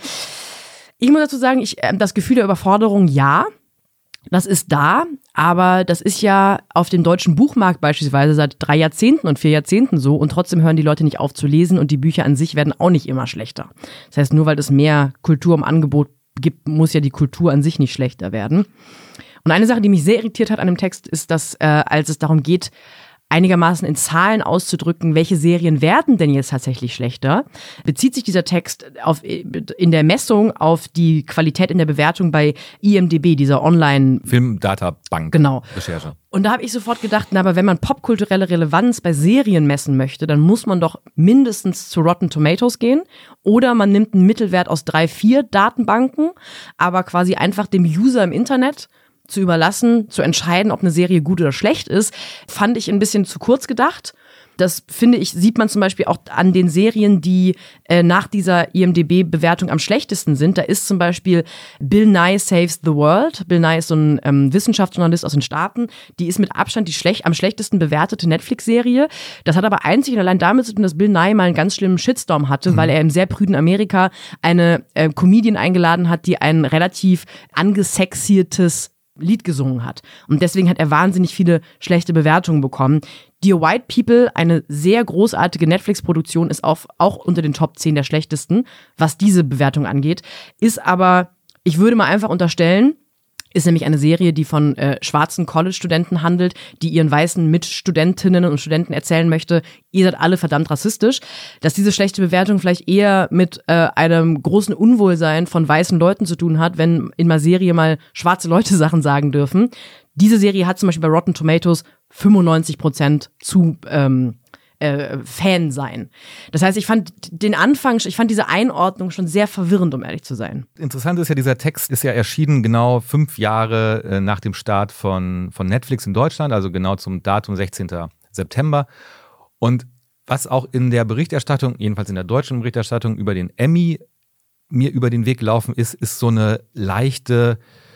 Ich muss dazu sagen, ich, äh, das Gefühl der Überforderung, ja, das ist da, aber das ist ja auf dem deutschen Buchmarkt beispielsweise seit drei Jahrzehnten und vier Jahrzehnten so und trotzdem hören die Leute nicht auf zu lesen und die Bücher an sich werden auch nicht immer schlechter. Das heißt, nur weil es mehr Kultur im Angebot gibt, muss ja die Kultur an sich nicht schlechter werden. Und eine Sache, die mich sehr irritiert hat an dem Text, ist, dass äh, als es darum geht, einigermaßen in Zahlen auszudrücken, welche Serien werden denn jetzt tatsächlich schlechter, bezieht sich dieser Text auf, in der Messung auf die Qualität in der Bewertung bei I M D B, dieser Online- Filmdatabank. Genau. Recherche. Und da habe ich sofort gedacht, na, aber wenn man popkulturelle Relevanz bei Serien messen möchte, dann muss man doch mindestens zu Rotten Tomatoes gehen oder man nimmt einen Mittelwert aus drei, vier Datenbanken, aber quasi einfach dem User im Internet zu überlassen, zu entscheiden, ob eine Serie gut oder schlecht ist, fand ich ein bisschen zu kurz gedacht. Das, finde ich, sieht man zum Beispiel auch an den Serien, die äh, nach dieser I M D B-Bewertung am schlechtesten sind. Da ist zum Beispiel Bill Nye Saves the World. Bill Nye ist so ein ähm, Wissenschaftsjournalist aus den Staaten. Die ist mit Abstand die schlecht, am schlechtesten bewertete Netflix-Serie. Das hat aber einzig und allein damit zu tun, dass Bill Nye mal einen ganz schlimmen Shitstorm hatte, mhm. weil er im sehr prüden Amerika eine äh, Comedian eingeladen hat, die ein relativ angesexiertes Lied gesungen hat. Und deswegen hat er wahnsinnig viele schlechte Bewertungen bekommen. Dear White People, eine sehr großartige Netflix-Produktion, ist auf, auch unter den Top zehn der schlechtesten, was diese Bewertung angeht. Ist aber, ich würde mal einfach unterstellen, ist nämlich eine Serie, die von äh, schwarzen College-Studenten handelt, die ihren weißen Mitstudentinnen und Studenten erzählen möchte, ihr seid alle verdammt rassistisch, dass diese schlechte Bewertung vielleicht eher mit äh, einem großen Unwohlsein von weißen Leuten zu tun hat, wenn in einer Serie mal schwarze Leute Sachen sagen dürfen. Diese Serie hat zum Beispiel bei Rotten Tomatoes fünfundneunzig Prozent zu ähm, äh, Fan sein. Das heißt, ich fand den Anfang, ich fand diese Einordnung schon sehr verwirrend, um ehrlich zu sein. Interessant ist ja, dieser Text ist ja erschienen genau fünf Jahre äh, nach dem Start von, von Netflix in Deutschland, also genau zum Datum sechzehnten September. Und was auch in der Berichterstattung, jedenfalls in der deutschen Berichterstattung über den Emmy mir über den Weg gelaufen ist, ist so eine leichte,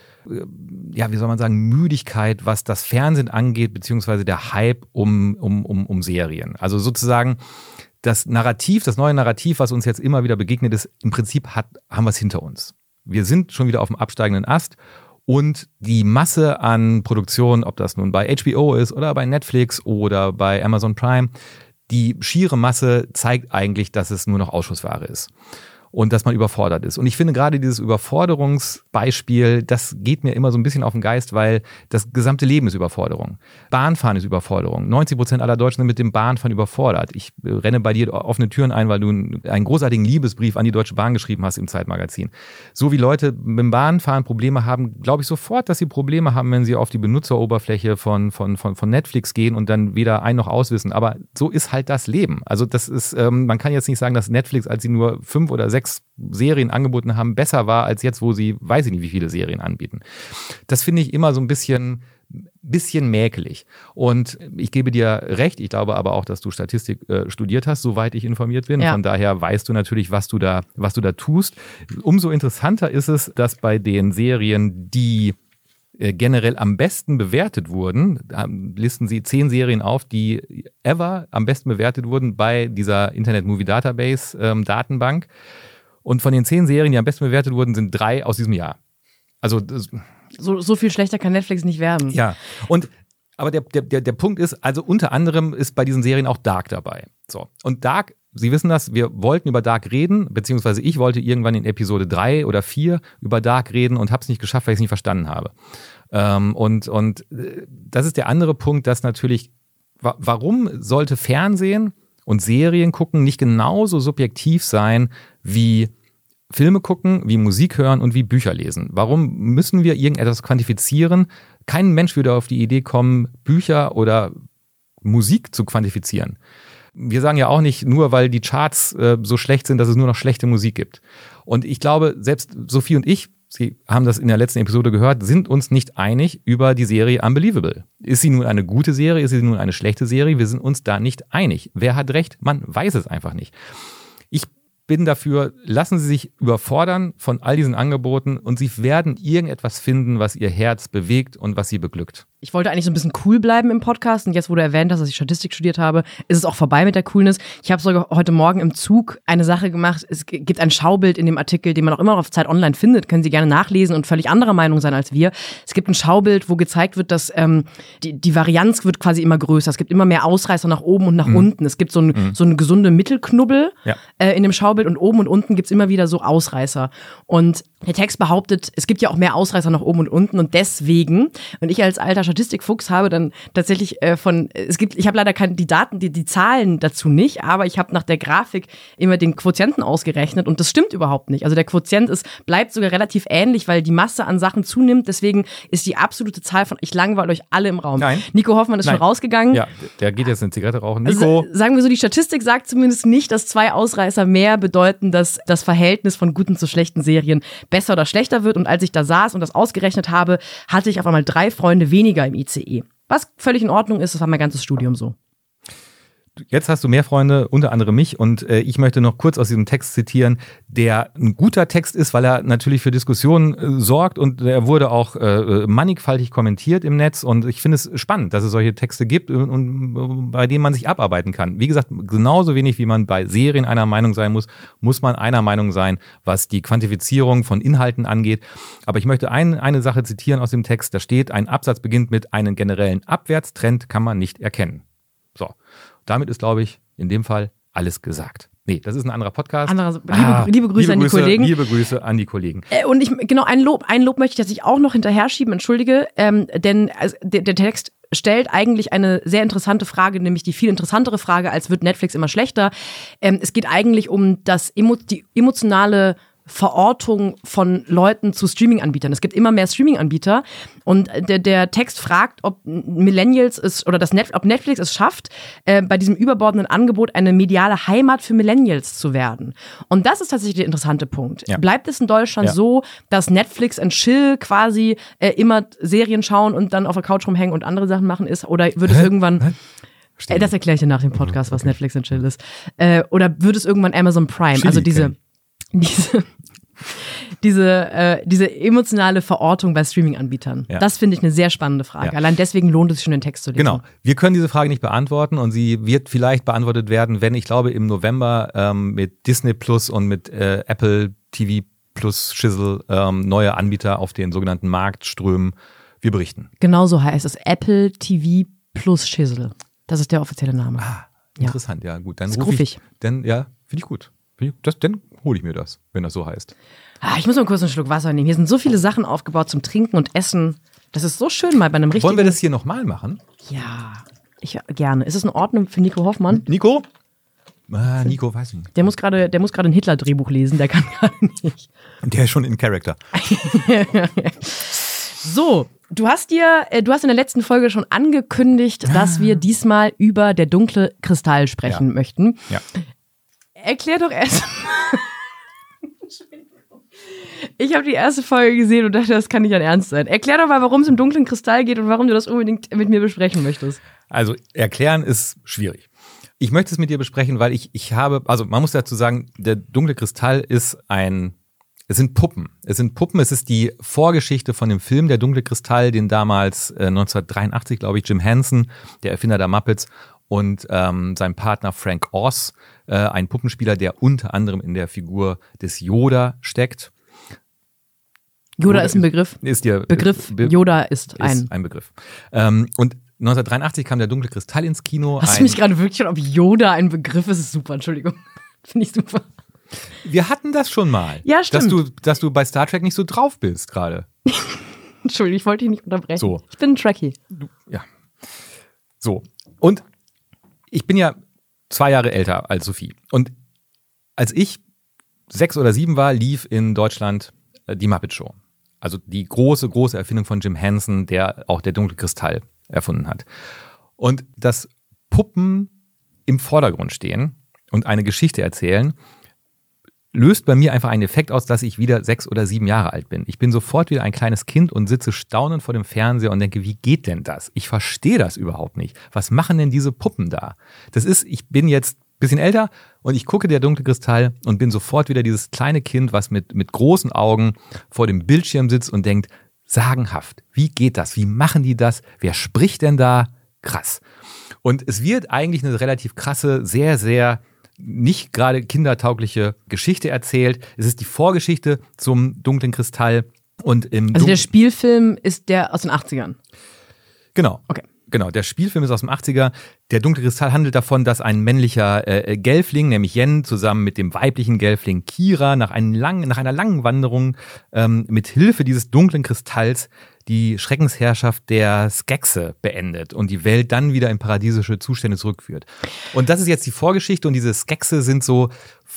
ja, wie soll man sagen, Müdigkeit, was das Fernsehen angeht, beziehungsweise der Hype um, um, um, um Serien. Also sozusagen das Narrativ, das neue Narrativ, was uns jetzt immer wieder begegnet ist, im Prinzip hat, haben wir es hinter uns. Wir sind schon wieder auf dem absteigenden Ast und die Masse an Produktionen, ob das nun bei H B O ist oder bei Netflix oder bei Amazon Prime, die schiere Masse zeigt eigentlich, dass es nur noch Ausschussware ist. Und dass man überfordert ist. Und ich finde gerade dieses Überforderungsbeispiel, das geht mir immer so ein bisschen auf den Geist, weil das gesamte Leben ist Überforderung. Bahnfahren ist Überforderung. neunzig Prozent aller Deutschen sind mit dem Bahnfahren überfordert. Ich renne bei dir offene Türen ein, weil du einen großartigen Liebesbrief an die Deutsche Bahn geschrieben hast im Zeitmagazin. So wie Leute mit dem Bahnfahren Probleme haben, glaube ich sofort, dass sie Probleme haben, wenn sie auf die Benutzeroberfläche von, von, von, von Netflix gehen und dann weder ein noch auswissen. Aber so ist halt das Leben. Also das ist, ähm, man kann jetzt nicht sagen, dass Netflix, als sie nur fünf oder sechs Serien angeboten haben, besser war als jetzt, wo sie, weiß ich nicht, wie viele Serien anbieten. Das finde ich immer so ein bisschen, bisschen mäkelig. Und ich gebe dir recht, ich glaube aber auch, dass du Statistik äh, studiert hast, soweit ich informiert bin. Ja. Von daher weißt du natürlich, was du da, was du da tust. Umso interessanter ist es, dass bei den Serien, die generell am besten bewertet wurden, listen sie zehn Serien auf, die ever am besten bewertet wurden bei dieser Internet Movie Database ähm, Datenbank. Und von den zehn Serien, die am besten bewertet wurden, sind drei aus diesem Jahr. Also so, so viel schlechter kann Netflix nicht werden. Ja, und aber der, der, der Punkt ist, also unter anderem ist bei diesen Serien auch Dark dabei. So. Und Dark Sie wissen das, wir wollten über Dark reden, beziehungsweise ich wollte irgendwann in Episode drei oder vier über Dark reden und habe es nicht geschafft, weil ich es nicht verstanden habe. Ähm, und, und das ist der andere Punkt, dass natürlich, wa- warum sollte Fernsehen und Serien gucken nicht genauso subjektiv sein wie Filme gucken, wie Musik hören und wie Bücher lesen? Warum müssen wir irgendetwas quantifizieren? Kein Mensch würde auf die Idee kommen, Bücher oder Musik zu quantifizieren. Wir sagen ja auch nicht, nur weil die Charts äh, so schlecht sind, dass es nur noch schlechte Musik gibt. Und ich glaube, selbst Sophie und ich, Sie haben das in der letzten Episode gehört, sind uns nicht einig über die Serie Unbelievable. Ist sie nun eine gute Serie, ist sie nun eine schlechte Serie? Wir sind uns da nicht einig. Wer hat recht? Man weiß es einfach nicht. Ich bin dafür, lassen Sie sich überfordern von all diesen Angeboten und Sie werden irgendetwas finden, was Ihr Herz bewegt und was Sie beglückt. Ich wollte eigentlich so ein bisschen cool bleiben im Podcast und jetzt, wo du erwähnt hast, dass ich Statistik studiert habe, ist es auch vorbei mit der Coolness. Ich habe sogar heute Morgen im Zug eine Sache gemacht. Es gibt ein Schaubild in dem Artikel, den man auch immer noch auf Zeit Online findet. Können Sie gerne nachlesen und völlig anderer Meinung sein als wir. Es gibt ein Schaubild, wo gezeigt wird, dass ähm, die, die Varianz wird quasi immer größer. Es gibt immer mehr Ausreißer nach oben und nach mhm. unten. Es gibt so, ein, mhm. so eine gesunde Mittelknubbel ja. äh, in dem Schaubild und oben und unten gibt es immer wieder so Ausreißer. Und der Text behauptet, es gibt ja auch mehr Ausreißer nach oben und unten und deswegen, und ich als alter Statistikfuchs habe dann tatsächlich äh, von, es gibt, ich habe leider keine, die Daten, die, die Zahlen dazu nicht, aber ich habe nach der Grafik immer den Quotienten ausgerechnet und das stimmt überhaupt nicht. Also der Quotient ist, bleibt sogar relativ ähnlich, weil die Masse an Sachen zunimmt, deswegen ist die absolute Zahl von, ich langweile euch alle im Raum. Nein. Nico Hoffmann ist Nein. schon rausgegangen. Ja, der geht jetzt eine Zigarette rauchen. Nico! Also, sagen wir so, die Statistik sagt zumindest nicht, dass zwei Ausreißer mehr bedeuten, dass das Verhältnis von guten zu schlechten Serien besser oder schlechter wird. Und als ich da saß und das ausgerechnet habe, hatte ich auf einmal drei Freunde weniger im I C E. Was völlig in Ordnung ist, das war mein ganzes Studium so. Jetzt hast du mehr Freunde, unter anderem mich, und äh, ich möchte noch kurz aus diesem Text zitieren, der ein guter Text ist, weil er natürlich für Diskussionen äh, sorgt und er wurde auch äh, mannigfaltig kommentiert im Netz und ich finde es spannend, dass es solche Texte gibt und, und bei denen man sich abarbeiten kann. Wie gesagt, genauso wenig wie man bei Serien einer Meinung sein muss, muss man einer Meinung sein, was die Quantifizierung von Inhalten angeht. Aber ich möchte ein, eine Sache zitieren aus dem Text, da steht, ein Absatz beginnt mit einem generellen Abwärtstrend kann man nicht erkennen. So. Damit ist, glaube ich, in dem Fall alles gesagt. Nee, das ist ein anderer Podcast. Anderer, liebe, ah, liebe Grüße liebe an die Grüße, Kollegen. Liebe Grüße an die Kollegen. Äh, und ich, genau, ein Lob, ein Lob möchte ich tatsächlich auch noch hinterher schieben, entschuldige, ähm, denn also, der, der Text stellt eigentlich eine sehr interessante Frage, nämlich die viel interessantere Frage, als wird Netflix immer schlechter. Ähm, es geht eigentlich um das emo, die emotionale Verortung von Leuten zu Streaming-Anbietern. Es gibt immer mehr Streaming-Anbieter und der, der Text fragt, ob Millennials es oder das Net, ob Netflix es schafft, äh, bei diesem überbordenden Angebot eine mediale Heimat für Millennials zu werden. Und das ist tatsächlich der interessante Punkt. Ja. Bleibt es in Deutschland ja. so, dass Netflix and Chill quasi äh, immer Serien schauen und dann auf der Couch rumhängen und andere Sachen machen ist? Oder wird es Hä? irgendwann... Äh, das erkläre ich dir nach dem Podcast, was okay. Netflix and Chill ist. Äh, oder wird es irgendwann Amazon Prime? Chili also diese... Diese, diese, äh, diese emotionale Verortung bei Streaming-Anbietern. Ja. Das finde ich eine sehr spannende Frage. Ja. Allein deswegen lohnt es sich schon, den Text zu lesen. Genau. Wir können diese Frage nicht beantworten und sie wird vielleicht beantwortet werden, wenn, ich glaube, im November ähm, mit Disney Plus und mit äh, Apple T V Plus Shizzle ähm, neue Anbieter auf den sogenannten Markt strömen. Wir berichten. Genau so heißt es. Apple T V Plus Shizzle. Das ist der offizielle Name. Ah, interessant. Ja, ja gut. Dann ist ruf gruffig. ich, dann, ja, finde ich gut. Das, dann hole ich mir das, wenn das so heißt. Ah, ich muss mal kurz einen Schluck Wasser nehmen. Hier sind so viele Sachen aufgebaut zum Trinken und Essen. Das ist so schön mal bei einem richtigen... Wollen wir das hier nochmal machen? Ja, ich, gerne. Ist es in Ordnung für Nico Hoffmann? Nico? Ah, Nico, weiß ich nicht. Der muss gerade ein Hitler-Drehbuch lesen, der kann gar nicht. Der ist schon in Character. So, du hast dir, du hast in der letzten Folge schon angekündigt, dass wir diesmal über Der dunkle Kristall sprechen ja. möchten. Ja. Erklär doch erst mal. Ich habe die erste Folge gesehen und dachte, das kann nicht dein Ernst sein. Erklär doch mal, warum es im dunklen Kristall geht und warum du das unbedingt mit mir besprechen möchtest. Also, erklären ist schwierig. Ich möchte es mit dir besprechen, weil ich, ich habe, also man muss dazu sagen, der dunkle Kristall ist ein, es sind Puppen. Es sind Puppen, es ist die Vorgeschichte von dem Film Der dunkle Kristall, den damals äh, neunzehnhundertdreiundachtzig, glaube ich, Jim Henson, der Erfinder der Muppets, und ähm, sein Partner Frank Oz, äh, ein Puppenspieler, der unter anderem in der Figur des Yoda steckt. Yoda, Yoda ist ein Begriff. Ist der Begriff Be- Yoda ist ein. Ist ein Begriff. Ähm, und neunzehnhundertdreiundachtzig kam der Dunkle Kristall ins Kino. Hast du mich gerade wirklich schon, ob Yoda ein Begriff ist? Super, Entschuldigung. Finde ich super. Wir hatten das schon mal. Ja, stimmt. Dass du, dass du bei Star Trek nicht so drauf bist gerade. Entschuldigung, ich wollte dich nicht unterbrechen. So. Ich bin ein Trekkie. Du, ja. So. Und ich bin ja zwei Jahre älter als Sophie. Und als ich sechs oder sieben war, lief in Deutschland äh, die Muppet Show. Also die große, große Erfindung von Jim Henson, der auch der Dunkle Kristall erfunden hat. Und dass Puppen im Vordergrund stehen und eine Geschichte erzählen, löst bei mir einfach einen Effekt aus, dass ich wieder sechs oder sieben Jahre alt bin. Ich bin sofort wieder ein kleines Kind und sitze staunend vor dem Fernseher und denke, wie geht denn das? Ich verstehe das überhaupt nicht. Was machen denn diese Puppen da? Das ist, ich bin jetzt ein bisschen älter und ich gucke der Dunkle Kristall und bin sofort wieder dieses kleine Kind, was mit, mit großen Augen vor dem Bildschirm sitzt und denkt, sagenhaft, wie geht das? Wie machen die das? Wer spricht denn da? Krass. Und es wird eigentlich eine relativ krasse, sehr, sehr nicht gerade kindertaugliche Geschichte erzählt. Es ist die Vorgeschichte zum Dunklen Kristall. Und im also Dun- der Spielfilm ist der aus den achtzigern? Genau. Okay. Genau, der Spielfilm ist aus dem achtziger. Der Dunkle Kristall handelt davon, dass ein männlicher äh, Gelfling, nämlich Yen, zusammen mit dem weiblichen Gelfling Kira nach, einem langen, nach einer langen Wanderung ähm, mit Hilfe dieses dunklen Kristalls die Schreckensherrschaft der Skexe beendet und die Welt dann wieder in paradiesische Zustände zurückführt. Und das ist jetzt die Vorgeschichte und diese Skexe sind so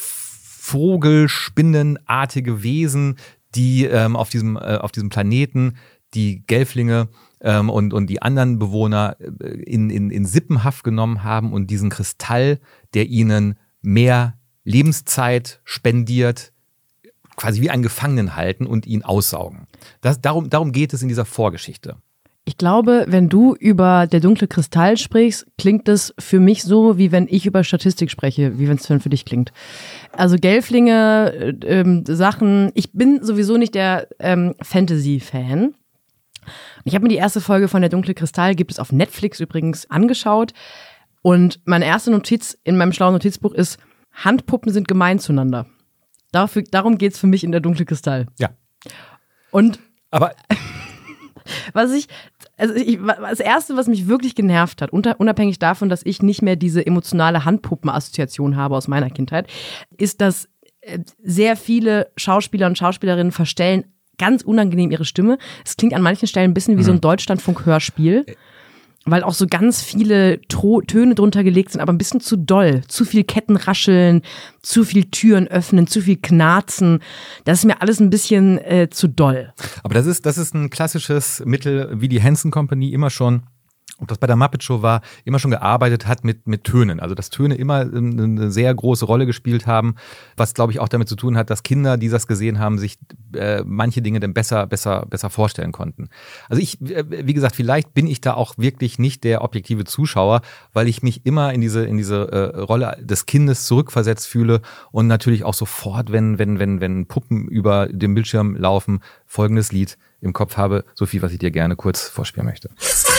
vogelspinnenartige Wesen, die ähm, auf diesem, äh, auf diesem Planeten die Gelflinge ähm, und, und die anderen Bewohner in, in, in Sippenhaft genommen haben und diesen Kristall, der ihnen mehr Lebenszeit spendiert, quasi wie einen Gefangenen halten und ihn aussaugen. Das, darum, darum geht es in dieser Vorgeschichte. Ich glaube, wenn du über der Dunkle Kristall sprichst, klingt es für mich so, wie wenn ich über Statistik spreche, wie wenn es für dich klingt. Also Gelflinge, ähm, Sachen, ich bin sowieso nicht der ähm, Fantasy-Fan. Ich habe mir die erste Folge von der Dunkle Kristall, gibt es auf Netflix übrigens, angeschaut. Und meine erste Notiz in meinem schlauen Notizbuch ist, Handpuppen sind gemein zueinander. Dafür, darum geht es für mich in der Dunkle Kristall. Ja. Und aber was ich, also ich, das Erste, was mich wirklich genervt hat, unter, unabhängig davon, dass ich nicht mehr diese emotionale Handpuppen-Assoziation habe aus meiner Kindheit, ist, dass sehr viele Schauspieler und Schauspielerinnen verstellen ganz unangenehm ihre Stimme. Es klingt an manchen Stellen ein bisschen wie mhm. so ein Deutschlandfunk-Hörspiel, weil auch so ganz viele Tro- Töne drunter gelegt sind, aber ein bisschen zu doll. Zu viel Kettenrascheln, zu viel Türen öffnen, zu viel Knarzen. Das ist mir alles ein bisschen äh, zu doll. Aber das ist, das ist ein klassisches Mittel, wie die Henson Company immer schon, ob das bei der Muppet Show war, immer schon gearbeitet hat mit, mit Tönen. Also dass Töne immer eine sehr große Rolle gespielt haben, was glaube ich auch damit zu tun hat, dass Kinder, die das gesehen haben, sich äh, manche Dinge dann besser, besser, besser vorstellen konnten. Also ich, wie gesagt, vielleicht bin ich da auch wirklich nicht der objektive Zuschauer, weil ich mich immer in diese, in diese äh, Rolle des Kindes zurückversetzt fühle und natürlich auch sofort, wenn, wenn, wenn, wenn Puppen über den Bildschirm laufen, folgendes Lied im Kopf habe, Sophie, was ich dir gerne kurz vorspielen möchte.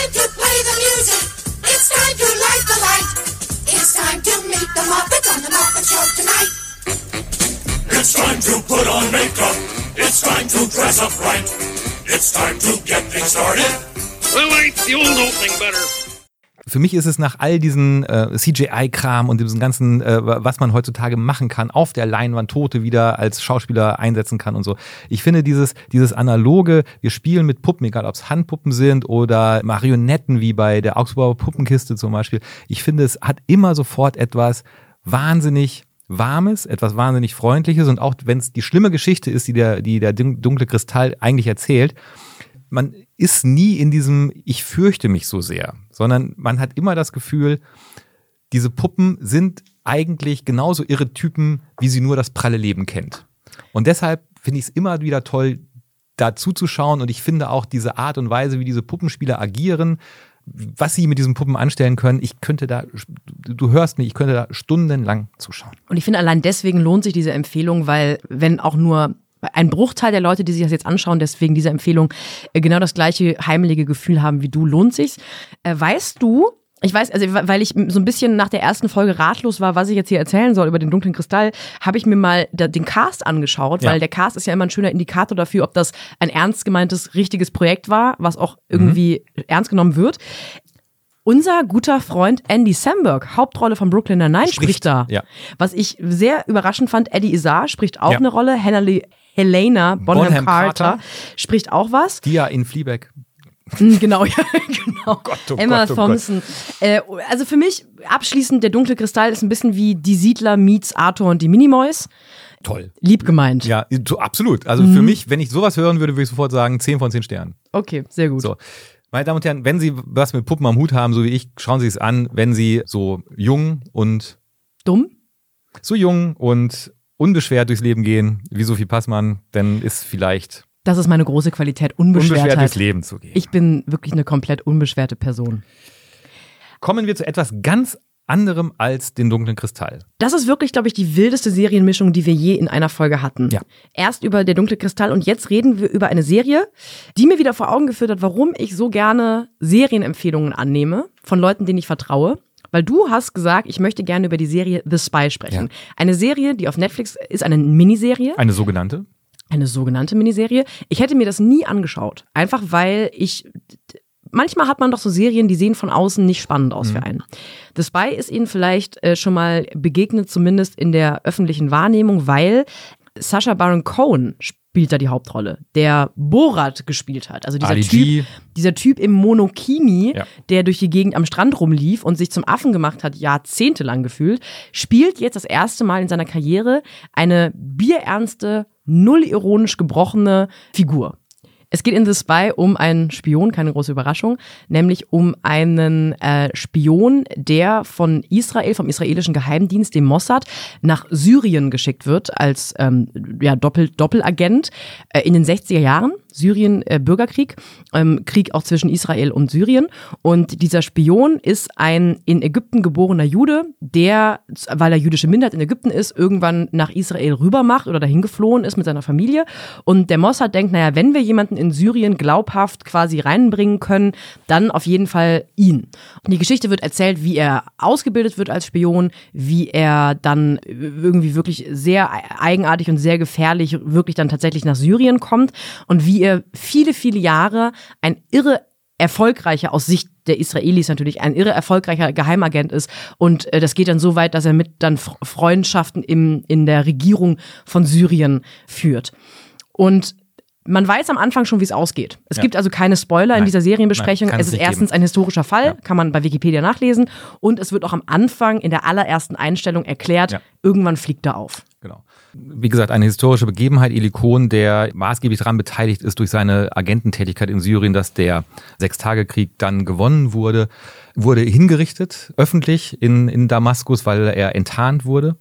It's time to put on makeup. It's time to dress up right. It's time to get things started. Well, ain't the old opening better? Für mich ist es nach all diesen äh, C G I-Kram und diesem ganzen, äh, was man heutzutage machen kann, auf der Leinwand Tote wieder als Schauspieler einsetzen kann und so. Ich finde dieses, dieses analoge, wir spielen mit Puppen, egal ob es Handpuppen sind oder Marionetten wie bei der Augsburger Puppenkiste zum Beispiel. Ich finde, es hat immer sofort etwas wahnsinnig Warmes, etwas wahnsinnig Freundliches und auch wenn es die schlimme Geschichte ist, die der, die der Dunkle Kristall eigentlich erzählt, man ist nie in diesem ich fürchte mich so sehr, sondern man hat immer das Gefühl, diese Puppen sind eigentlich genauso irre Typen, wie sie nur das pralle Leben kennt. Und deshalb finde ich es immer wieder toll, da zuzuschauen und ich finde auch diese Art und Weise, wie diese Puppenspieler agieren, was sie mit diesen Puppen anstellen können, ich könnte da, du hörst mich, ich könnte da stundenlang zuschauen. Und ich finde, allein deswegen lohnt sich diese Empfehlung, weil wenn auch nur ein Bruchteil der Leute, die sich das jetzt anschauen, deswegen dieser Empfehlung, genau das gleiche heimelige Gefühl haben wie du, lohnt sich's. Weißt du, ich weiß, also weil ich so ein bisschen nach der ersten Folge ratlos war, was ich jetzt hier erzählen soll über den Dunklen Kristall, habe ich mir mal den Cast angeschaut, weil ja. der Cast ist ja immer ein schöner Indikator dafür, ob das ein ernst gemeintes, richtiges Projekt war, was auch irgendwie mhm. ernst genommen wird. Unser guter Freund Andy Samberg, Hauptrolle von Brooklyn Nine-Nine, spricht, spricht da. Ja. Was ich sehr überraschend fand, Eddie Izzar spricht auch ja. eine Rolle. Helena, Helena Bonham, Bonham Carter, Carter spricht auch was. Die ja in Fleabag. Genau, ja, genau. Oh Gott, oh Emma Gott, oh Thompson. Äh, also für mich abschließend, der dunkle Kristall ist ein bisschen wie die Siedler meets Arthur und die Minimoys. Toll. Lieb gemeint. Ja, so, absolut. Also mhm. für mich, wenn ich sowas hören würde, würde ich sofort sagen, zehn von zehn Sternen. Okay, sehr gut. So. Meine Damen und Herren, wenn Sie was mit Puppen am Hut haben, so wie ich, schauen Sie es an. Wenn Sie so jung und dumm? So jung und unbeschwert durchs Leben gehen, wie Sophie Passmann, dann ist vielleicht... Das ist meine große Qualität, Unbeschwertheit. Unbeschwert durchs Leben zu gehen. Ich bin wirklich eine komplett unbeschwerte Person. Kommen wir zu etwas ganz anderem als den dunklen Kristall. Das ist wirklich, glaube ich, die wildeste Serienmischung, die wir je in einer Folge hatten. Ja. Erst über der dunkle Kristall und jetzt reden wir über eine Serie, die mir wieder vor Augen geführt hat, warum ich so gerne Serienempfehlungen annehme von Leuten, denen ich vertraue. Weil du hast gesagt, ich möchte gerne über die Serie The Spy sprechen. Ja. Eine Serie, die auf Netflix ist, eine Miniserie. Eine sogenannte? Eine sogenannte Miniserie. Ich hätte mir das nie angeschaut. Einfach weil ich... Manchmal hat man doch so Serien, die sehen von außen nicht spannend aus mhm. für einen. The Spy ist Ihnen vielleicht äh, schon mal begegnet, zumindest in der öffentlichen Wahrnehmung, weil Sacha Baron Cohen spielt da die Hauptrolle, der Borat gespielt hat. Also dieser Ali Typ, G. dieser Typ im Monokini, ja. der durch die Gegend am Strand rumlief und sich zum Affen gemacht hat, jahrzehntelang gefühlt, spielt jetzt das erste Mal in seiner Karriere eine bierernste, null ironisch gebrochene Figur. Es geht in The Spy um einen Spion, keine große Überraschung, nämlich um einen äh, Spion, der von Israel, vom israelischen Geheimdienst, dem Mossad, nach Syrien geschickt wird als ähm, ja, Doppel, Doppelagent äh, in den sechziger Jahren. Syrien, äh, Bürgerkrieg, ähm, Krieg auch zwischen Israel und Syrien. Und dieser Spion ist ein in Ägypten geborener Jude, der, weil er jüdische Minderheit in Ägypten ist, irgendwann nach Israel rüber macht oder dahin geflohen ist mit seiner Familie. Und der Mossad denkt, naja, wenn wir jemanden in Syrien glaubhaft quasi reinbringen können, dann auf jeden Fall ihn. Und die Geschichte wird erzählt, wie er ausgebildet wird als Spion, wie er dann irgendwie wirklich sehr eigenartig und sehr gefährlich wirklich dann tatsächlich nach Syrien kommt und wie er viele, viele Jahre ein irre erfolgreicher, aus Sicht der Israelis natürlich, ein irre erfolgreicher Geheimagent ist. Und äh, das geht dann so weit, dass er mit dann Freundschaften im, in der Regierung von Syrien führt. Und man weiß am Anfang schon, wie es ausgeht. Es ja. gibt also keine Spoiler Nein. in dieser Serienbesprechung. Nein, es ist erstens geben. ein historischer Fall, ja. kann man bei Wikipedia nachlesen. Und es wird auch am Anfang in der allerersten Einstellung erklärt, ja. irgendwann fliegt er auf. Genau. Wie gesagt, eine historische Begebenheit. Eli Cohn, der maßgeblich daran beteiligt ist durch seine Agententätigkeit in Syrien, dass der Sechstagekrieg dann gewonnen wurde, wurde hingerichtet, öffentlich in, in Damaskus, weil er enttarnt wurde.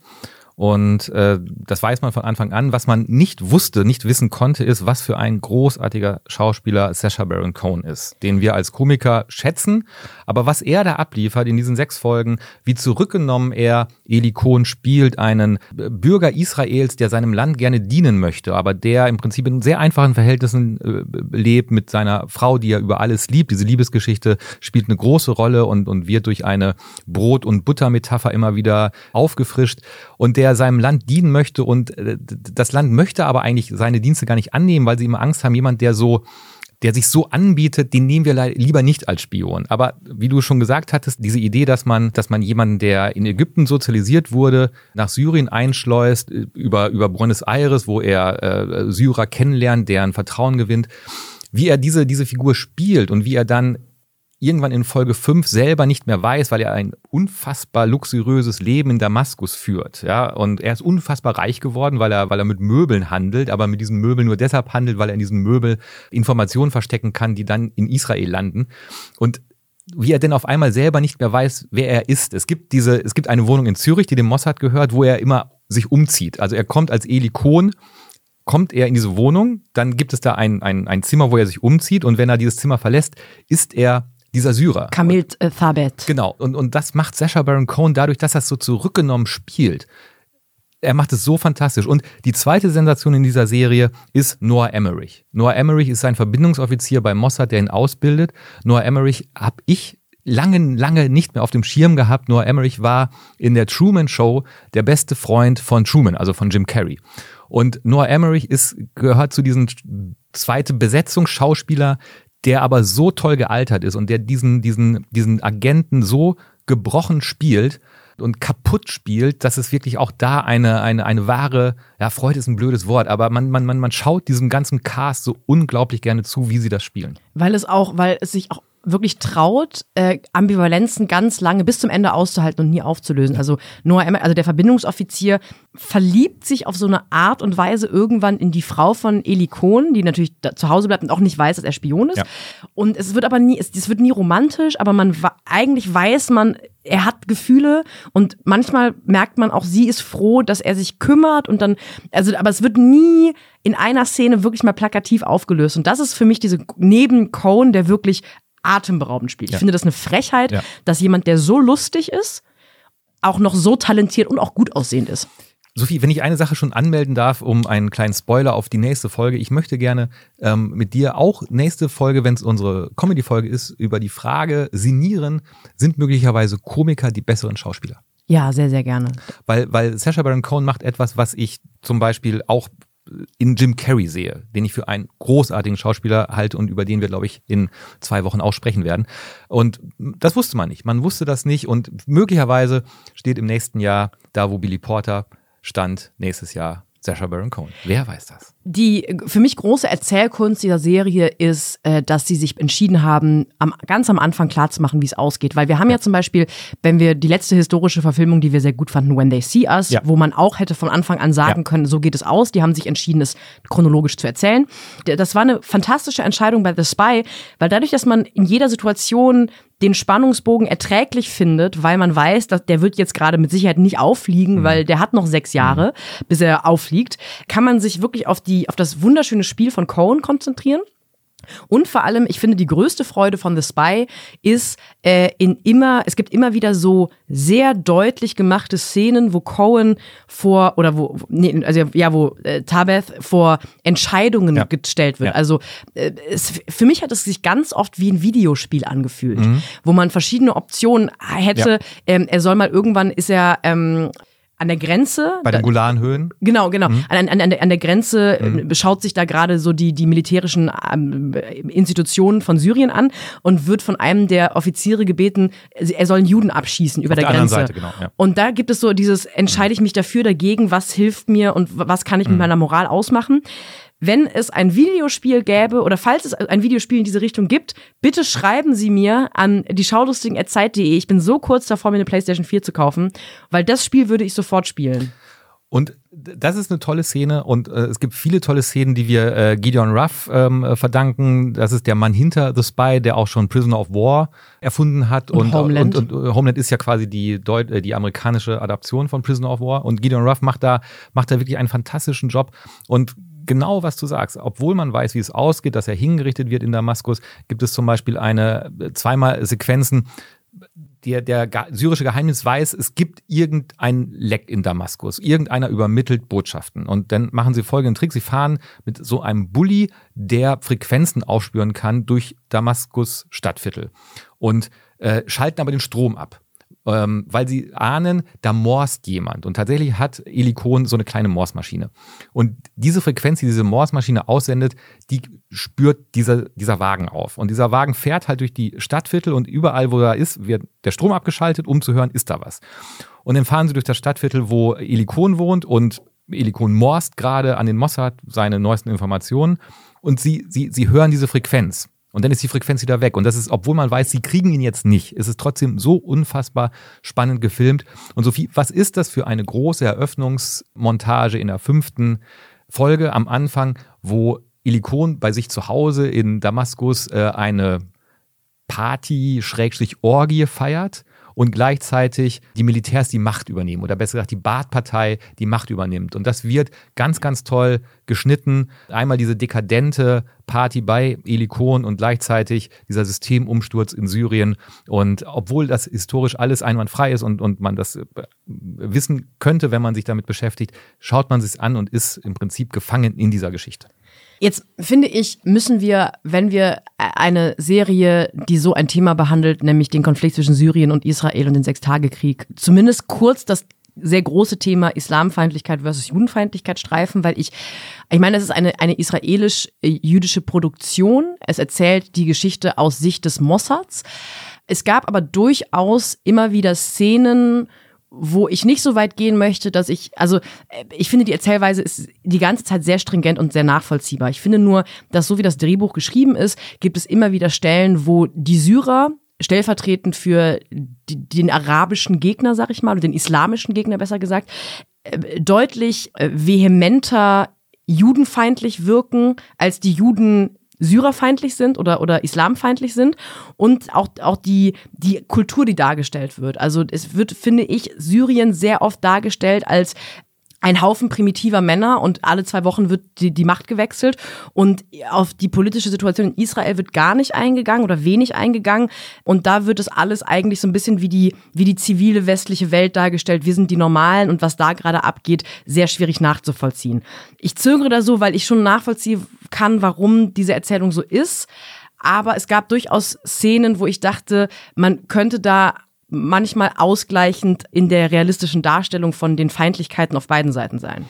Und äh, das weiß man von Anfang an. Was man nicht wusste, nicht wissen konnte, ist, was für ein großartiger Schauspieler Sacha Baron Cohen ist, den wir als Komiker schätzen. Aber was er da abliefert in diesen sechs Folgen, wie zurückgenommen er Eli Cohn spielt, einen Bürger Israels, der seinem Land gerne dienen möchte, aber der im Prinzip in sehr einfachen Verhältnissen äh, lebt mit seiner Frau, die er über alles liebt. Diese Liebesgeschichte spielt eine große Rolle und, und wird durch eine Brot- und Butter-Metapher immer wieder aufgefrischt. Und der seinem Land dienen möchte und das Land möchte aber eigentlich seine Dienste gar nicht annehmen, weil sie immer Angst haben, jemand, der so, der sich so anbietet, den nehmen wir lieber nicht als Spion. Aber wie du schon gesagt hattest, diese Idee, dass man, dass man jemanden, der in Ägypten sozialisiert wurde, nach Syrien einschleust, über, über Buenos Aires, wo er äh, Syrer kennenlernt, deren Vertrauen gewinnt, wie er diese, diese Figur spielt und wie er dann irgendwann in Folge fünf selber nicht mehr weiß, weil er ein unfassbar luxuriöses Leben in Damaskus führt. Ja, und er ist unfassbar reich geworden, weil er, weil er mit Möbeln handelt, aber mit diesen Möbeln nur deshalb handelt, weil er in diesen Möbeln Informationen verstecken kann, die dann in Israel landen. Und wie er denn auf einmal selber nicht mehr weiß, wer er ist. Es gibt diese, es gibt eine Wohnung in Zürich, die dem Mossad gehört, wo er immer sich umzieht. Also er kommt als Eli Cohn, kommt er in diese Wohnung, dann gibt es da ein, ein, ein Zimmer, wo er sich umzieht und wenn er dieses Zimmer verlässt, ist er dieser Syrer. Kamil äh, Thabet. Genau. Und, und das macht Sacha Baron Cohen dadurch, dass er es so zurückgenommen spielt. Er macht es so fantastisch. Und die zweite Sensation in dieser Serie ist Noah Emmerich. Noah Emmerich ist ein Verbindungsoffizier bei Mossad, der ihn ausbildet. Noah Emmerich habe ich lange, lange nicht mehr auf dem Schirm gehabt. Noah Emmerich war in der Truman Show der beste Freund von Truman, also von Jim Carrey. Und Noah Emmerich ist, gehört zu diesen zweite Besetzungsschauspieler, der aber so toll gealtert ist und der diesen, diesen, diesen Agenten so gebrochen spielt und kaputt spielt, dass es wirklich auch da eine, eine, eine wahre, ja, Freude ist ein blödes Wort, aber man, man, man, man schaut diesem ganzen Cast so unglaublich gerne zu, wie sie das spielen. Weil es auch, weil es sich auch wirklich traut, äh, Ambivalenzen ganz lange bis zum Ende auszuhalten und nie aufzulösen. Also Noah Emmerich, also der Verbindungsoffizier, verliebt sich auf so eine Art und Weise irgendwann in die Frau von Eli Cohn, die natürlich da zu Hause bleibt und auch nicht weiß, dass er Spion ist. Ja. Und es wird aber nie, es, es wird nie romantisch, aber man eigentlich weiß man, er hat Gefühle und manchmal merkt man auch, sie ist froh, dass er sich kümmert und dann, also, aber es wird nie in einer Szene wirklich mal plakativ aufgelöst. Und das ist für mich diese neben Cohn, der wirklich atemberaubend spielt. Ich ja. finde das eine Frechheit, ja. dass jemand, der so lustig ist, auch noch so talentiert und auch gut aussehend ist. Sophie, wenn ich eine Sache schon anmelden darf, um einen kleinen Spoiler auf die nächste Folge. Ich möchte gerne ähm, mit dir auch nächste Folge, wenn es unsere Comedy-Folge ist, über die Frage sinnieren, sind möglicherweise Komiker die besseren Schauspieler? Ja, sehr, sehr gerne. Weil, weil Sacha Baron Cohen macht etwas, was ich zum Beispiel auch in Jim Carrey sehe, den ich für einen großartigen Schauspieler halte und über den wir, glaube ich, in zwei Wochen auch sprechen werden. Und das wusste man nicht. Man wusste das nicht und möglicherweise steht im nächsten Jahr da, wo Billy Porter stand, nächstes Jahr Sacha Baron Cohen. Wer weiß das? Die für mich große Erzählkunst dieser Serie ist, äh, dass sie sich entschieden haben, am, ganz am Anfang klarzumachen, wie es ausgeht. Weil wir haben ja. ja zum Beispiel, wenn wir die letzte historische Verfilmung, die wir sehr gut fanden, When They See Us, ja. wo man auch hätte von Anfang an sagen ja. können, so geht es aus. Die haben sich entschieden, es chronologisch zu erzählen. Das war eine fantastische Entscheidung bei The Spy, weil dadurch, dass man in jeder Situation den Spannungsbogen erträglich findet, weil man weiß, dass der wird jetzt gerade mit Sicherheit nicht auffliegen, mhm. weil der hat noch sechs Jahre, mhm. bis er auffliegt, kann man sich wirklich auf die, auf das wunderschöne Spiel von Cohen konzentrieren. Und vor allem, ich finde, die größte Freude von The Spy ist äh, in immer, es gibt immer wieder so sehr deutlich gemachte Szenen, wo Cohen vor, oder wo, nee, also ja, wo äh, Tabeth vor Entscheidungen ja. gestellt wird. Ja. Also äh, es, für mich hat es sich ganz oft wie ein Videospiel angefühlt, mhm. wo man verschiedene Optionen hätte. Ja. Ähm, er soll mal irgendwann, ist er ähm, an der Grenze. Bei den Golanhöhen? Genau, genau. Mhm. An, an, an, der, an der Grenze mhm. schaut sich da gerade so die, die militärischen ähm, Institutionen von Syrien an und wird von einem der Offiziere gebeten, er soll einen Juden abschießen über Auf der, der Grenze. Seite, genau, ja. Und da gibt es so dieses, entscheide ich mich dafür, dagegen, was hilft mir und was kann ich mhm. mit meiner Moral ausmachen? Wenn es ein Videospiel gäbe oder falls es ein Videospiel in diese Richtung gibt, bitte schreiben Sie mir an die schaulustigen at zeit punkt de. Ich bin so kurz davor, mir eine PlayStation vier zu kaufen, weil das Spiel würde ich sofort spielen. Und das ist eine tolle Szene und äh, es gibt viele tolle Szenen, die wir äh, Gideon Ruff ähm, verdanken. Das ist der Mann hinter The Spy, der auch schon Prisoner of War erfunden hat. Und, und Homeland. Und, und, und Homeland ist ja quasi die, Deut- äh, die amerikanische Adaption von Prisoner of War. Und Gideon Ruff macht da, macht da wirklich einen fantastischen Job. Und genau, was du sagst, obwohl man weiß, wie es ausgeht, dass er hingerichtet wird in Damaskus, gibt es zum Beispiel eine, zweimal Sequenzen, der, der syrische Geheimdienst weiß, es gibt irgendein Leck in Damaskus. Irgendeiner übermittelt Botschaften. Und dann machen sie folgenden Trick. Sie fahren mit so einem Bulli, der Frequenzen aufspüren kann, durch Damaskus Stadtviertel. Und äh, schalten aber den Strom ab. Ähm, weil sie ahnen, da morst jemand. Und tatsächlich hat Eli Cohn so eine kleine Morsmaschine. Und diese Frequenz, die diese Morsmaschine aussendet, die spürt dieser, dieser Wagen auf. Und dieser Wagen fährt halt durch die Stadtviertel und überall, wo er ist, wird der Strom abgeschaltet, um zu hören, ist da was. Und dann fahren sie durch das Stadtviertel, wo Eli Cohn wohnt und Eli Cohn morst gerade an den Mossad seine neuesten Informationen und sie, sie, sie hören diese Frequenz. Und dann ist die Frequenz wieder weg. Und das ist, obwohl man weiß, sie kriegen ihn jetzt nicht, ist es trotzdem so unfassbar spannend gefilmt. Und Sophie, was ist das für eine große Eröffnungsmontage in der fünften Folge am Anfang, wo Eli Cohn bei sich zu Hause in Damaskus äh, eine Party-Orgie feiert und gleichzeitig die Militärs die Macht übernehmen oder besser gesagt die Baath-Partei die Macht übernimmt. Und das wird ganz, ganz toll geschnitten. Einmal diese dekadente Party bei Eli Cohn und gleichzeitig dieser Systemumsturz in Syrien. Und obwohl das historisch alles einwandfrei ist und, und man das wissen könnte, wenn man sich damit beschäftigt, schaut man sich an und ist im Prinzip gefangen in dieser Geschichte. Jetzt finde ich, müssen wir, wenn wir eine Serie, die so ein Thema behandelt, nämlich den Konflikt zwischen Syrien und Israel und den Sechstagekrieg, zumindest kurz das sehr große Thema Islamfeindlichkeit versus Judenfeindlichkeit streifen, weil ich, ich meine, es ist eine, eine israelisch-jüdische Produktion. Es erzählt die Geschichte aus Sicht des Mossads. Es gab aber durchaus immer wieder Szenen, wo ich nicht so weit gehen möchte, dass ich, also ich finde, die Erzählweise ist die ganze Zeit sehr stringent und sehr nachvollziehbar. Ich finde nur, dass so wie das Drehbuch geschrieben ist, gibt es immer wieder Stellen, wo die Syrer stellvertretend für die, den arabischen Gegner, sag ich mal, oder den islamischen Gegner besser gesagt, deutlich vehementer judenfeindlich wirken, als die Juden syrerfeindlich sind oder, oder islamfeindlich sind und auch, auch die, die Kultur, die dargestellt wird. Also es wird, finde ich, Syrien sehr oft dargestellt als ein Haufen primitiver Männer und alle zwei Wochen wird die, die Macht gewechselt und auf die politische Situation in Israel wird gar nicht eingegangen oder wenig eingegangen und da wird es alles eigentlich so ein bisschen wie die, wie die zivile westliche Welt dargestellt. Wir sind die Normalen und was da gerade abgeht, sehr schwierig nachzuvollziehen. Ich zögere da so, weil ich schon nachvollziehen kann, warum diese Erzählung so ist, aber es gab durchaus Szenen, wo ich dachte, man könnte da manchmal ausgleichend in der realistischen Darstellung von den Feindlichkeiten auf beiden Seiten sein.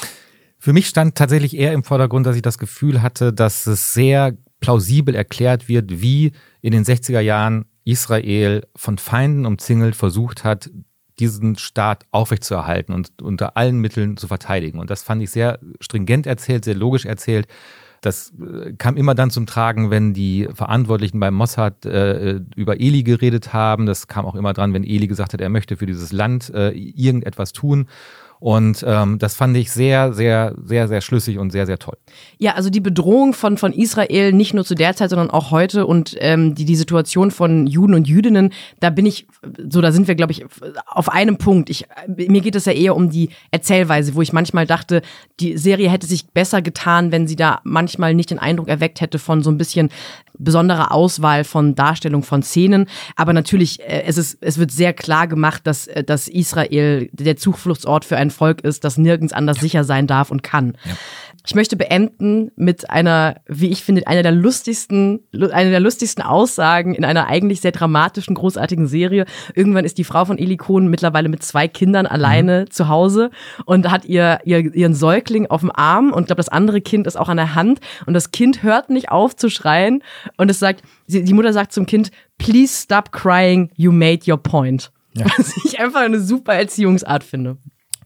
Für mich stand tatsächlich eher im Vordergrund, dass ich das Gefühl hatte, dass es sehr plausibel erklärt wird, wie in den sechziger Jahren Israel von Feinden umzingelt versucht hat, diesen Staat aufrechtzuerhalten und unter allen Mitteln zu verteidigen. Und das fand ich sehr stringent erzählt, sehr logisch erzählt. Das kam immer dann zum Tragen, wenn die Verantwortlichen beim Mossad äh, über Eli geredet haben. Das kam auch immer dran, wenn Eli gesagt hat, er möchte für dieses Land äh, irgendetwas tun. Und ähm, das fand ich sehr, sehr, sehr, sehr schlüssig und sehr, sehr toll. Ja, also die Bedrohung von, von Israel, nicht nur zu der Zeit, sondern auch heute und ähm, die, die Situation von Juden und Jüdinnen, da bin ich, so da sind wir, glaube ich, auf einem Punkt. Ich, mir geht es ja eher um die Erzählweise, wo ich manchmal dachte, die Serie hätte sich besser getan, wenn sie da manchmal nicht den Eindruck erweckt hätte von so ein bisschen besonderer Auswahl von Darstellung von Szenen. Aber natürlich, äh, es ist, es wird sehr klar gemacht, dass, äh, dass Israel der Zufluchtsort für ein Volk ist, das nirgends anders ja. sicher sein darf und kann. Ja. Ich möchte beenden mit einer, wie ich finde, einer der lustigsten, einer der lustigsten Aussagen in einer eigentlich sehr dramatischen, großartigen Serie. Irgendwann ist die Frau von Eli Cohen mittlerweile mit zwei Kindern alleine mhm. zu Hause und hat ihr, ihr ihren Säugling auf dem Arm und ich glaube, das andere Kind ist auch an der Hand und das Kind hört nicht auf zu schreien und es sagt, die Mutter sagt zum Kind, please stop crying, you made your point. Ja. Was ich einfach eine super Erziehungsart finde.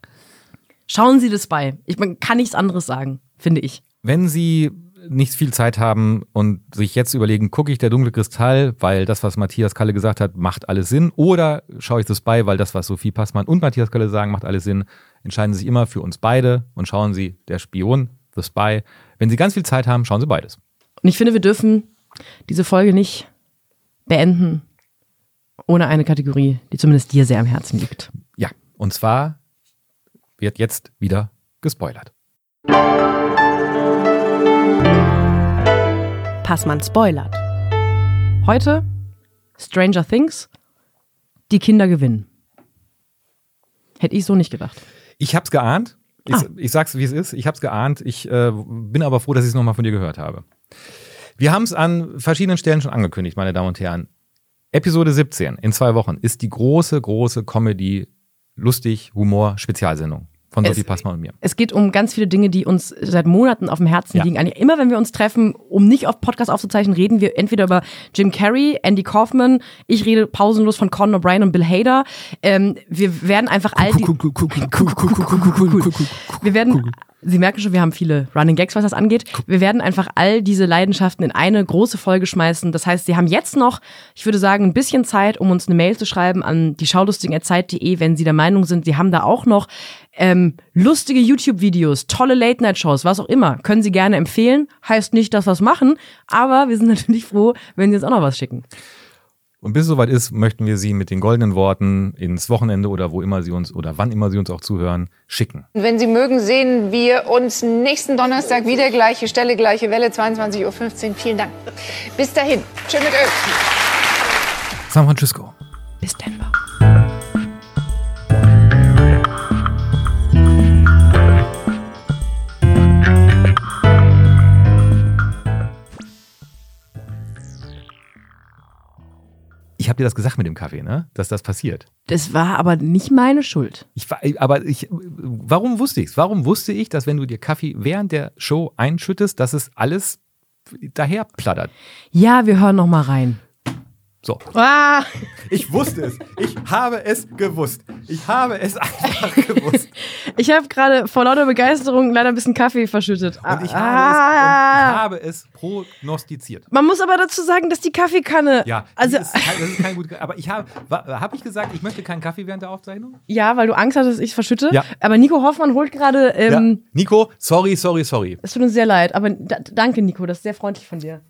Schauen Sie das bei. Ich, man kann nichts anderes sagen, finde ich. Wenn Sie nicht viel Zeit haben und sich jetzt überlegen, gucke ich der dunkle Kristall, weil das, was Matthias Kalle gesagt hat, macht alles Sinn, oder schaue ich das bei, weil das, was Sophie Passmann und Matthias Kalle sagen, macht alles Sinn, entscheiden Sie sich immer für uns beide und schauen Sie Der Spion, The Spy. Wenn Sie ganz viel Zeit haben, schauen Sie beides. Und ich finde, wir dürfen diese Folge nicht beenden ohne eine Kategorie, die zumindest dir sehr am Herzen liegt. Ja, und zwar wird jetzt wieder gespoilert. Passmann spoilert. Heute Stranger Things, die Kinder gewinnen. Hätte ich so nicht gedacht. Ich hab's geahnt. Ich, ah. ich sag's, wie es ist. Ich hab's geahnt. Ich äh, bin aber froh, dass ich es nochmal von dir gehört habe. Wir haben es an verschiedenen Stellen schon angekündigt, meine Damen und Herren. Episode siebzehn in zwei Wochen ist die große, große Comedy- lustig, Humor, Spezialsendung von Sophie Passmann und mir. Es geht um ganz viele Dinge, die uns seit Monaten auf dem Herzen ja. liegen. Eigentlich immer, wenn wir uns treffen, um nicht auf Podcast aufzuzeichnen, reden wir entweder über Jim Carrey, Andy Kaufman, ich rede pausenlos von Conan O'Brien und Bill Hader. Ähm, wir werden einfach all die... Wir werden... Sie merken schon, wir haben viele Running Gags, was das angeht. Wir werden einfach all diese Leidenschaften in eine große Folge schmeißen. Das heißt, Sie haben jetzt noch, ich würde sagen, ein bisschen Zeit, um uns eine Mail zu schreiben an die schaulustigen at zeit punkt de, wenn Sie der Meinung sind, Sie haben da auch noch ähm, lustige YouTube-Videos, tolle Late-Night-Shows, was auch immer. Können Sie gerne empfehlen. Heißt nicht, dass wir es machen, aber wir sind natürlich froh, wenn Sie uns auch noch was schicken. Und bis es soweit ist, möchten wir Sie mit den goldenen Worten ins Wochenende oder wo immer Sie uns oder wann immer Sie uns auch zuhören, schicken. Wenn Sie mögen, sehen wir uns nächsten Donnerstag wieder. Gleiche Stelle, gleiche Welle, zweiundzwanzig Uhr fünfzehn. Vielen Dank. Bis dahin. Tschö mit Ö. San Francisco. Bis Denver. Ich ich habe dir das gesagt mit dem Kaffee, ne? Dass das passiert. Das war aber nicht meine Schuld. Ich war, aber ich, warum wusste ich es? Warum wusste ich, dass wenn du dir Kaffee während der Show einschüttest, dass es alles daher plattert? Ja, wir hören noch mal rein. So. Ah. Ich wusste es. Ich habe es gewusst. Ich habe es einfach gewusst. Ich habe gerade vor lauter Begeisterung leider ein bisschen Kaffee verschüttet. Und ich habe, ah. es, und ich habe es prognostiziert. Man muss aber dazu sagen, dass die Kaffeekanne. Ja, also, das ist kein, das ist kein gut. Aber ich habe, habe ich gesagt, ich möchte keinen Kaffee während der Aufzeichnung? ja, weil du Angst hattest, dass ich es verschütte. Ja. Aber Nico Hoffmann holt gerade. Ähm, Ja. Nico, sorry, sorry, sorry. Es tut uns sehr leid, aber da, danke, Nico, das ist sehr freundlich von dir.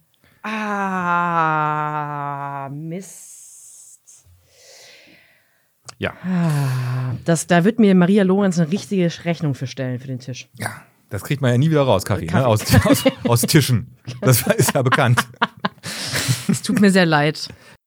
Ah, Mist. Ja. Das, da wird mir Maria Lorenz eine richtige Rechnung für stellen für den Tisch. Ja. Das kriegt man ja nie wieder raus, Kaffee, Kaffee. Ne? Aus, aus, aus Tischen. Das ist ja bekannt. Es tut mir sehr leid.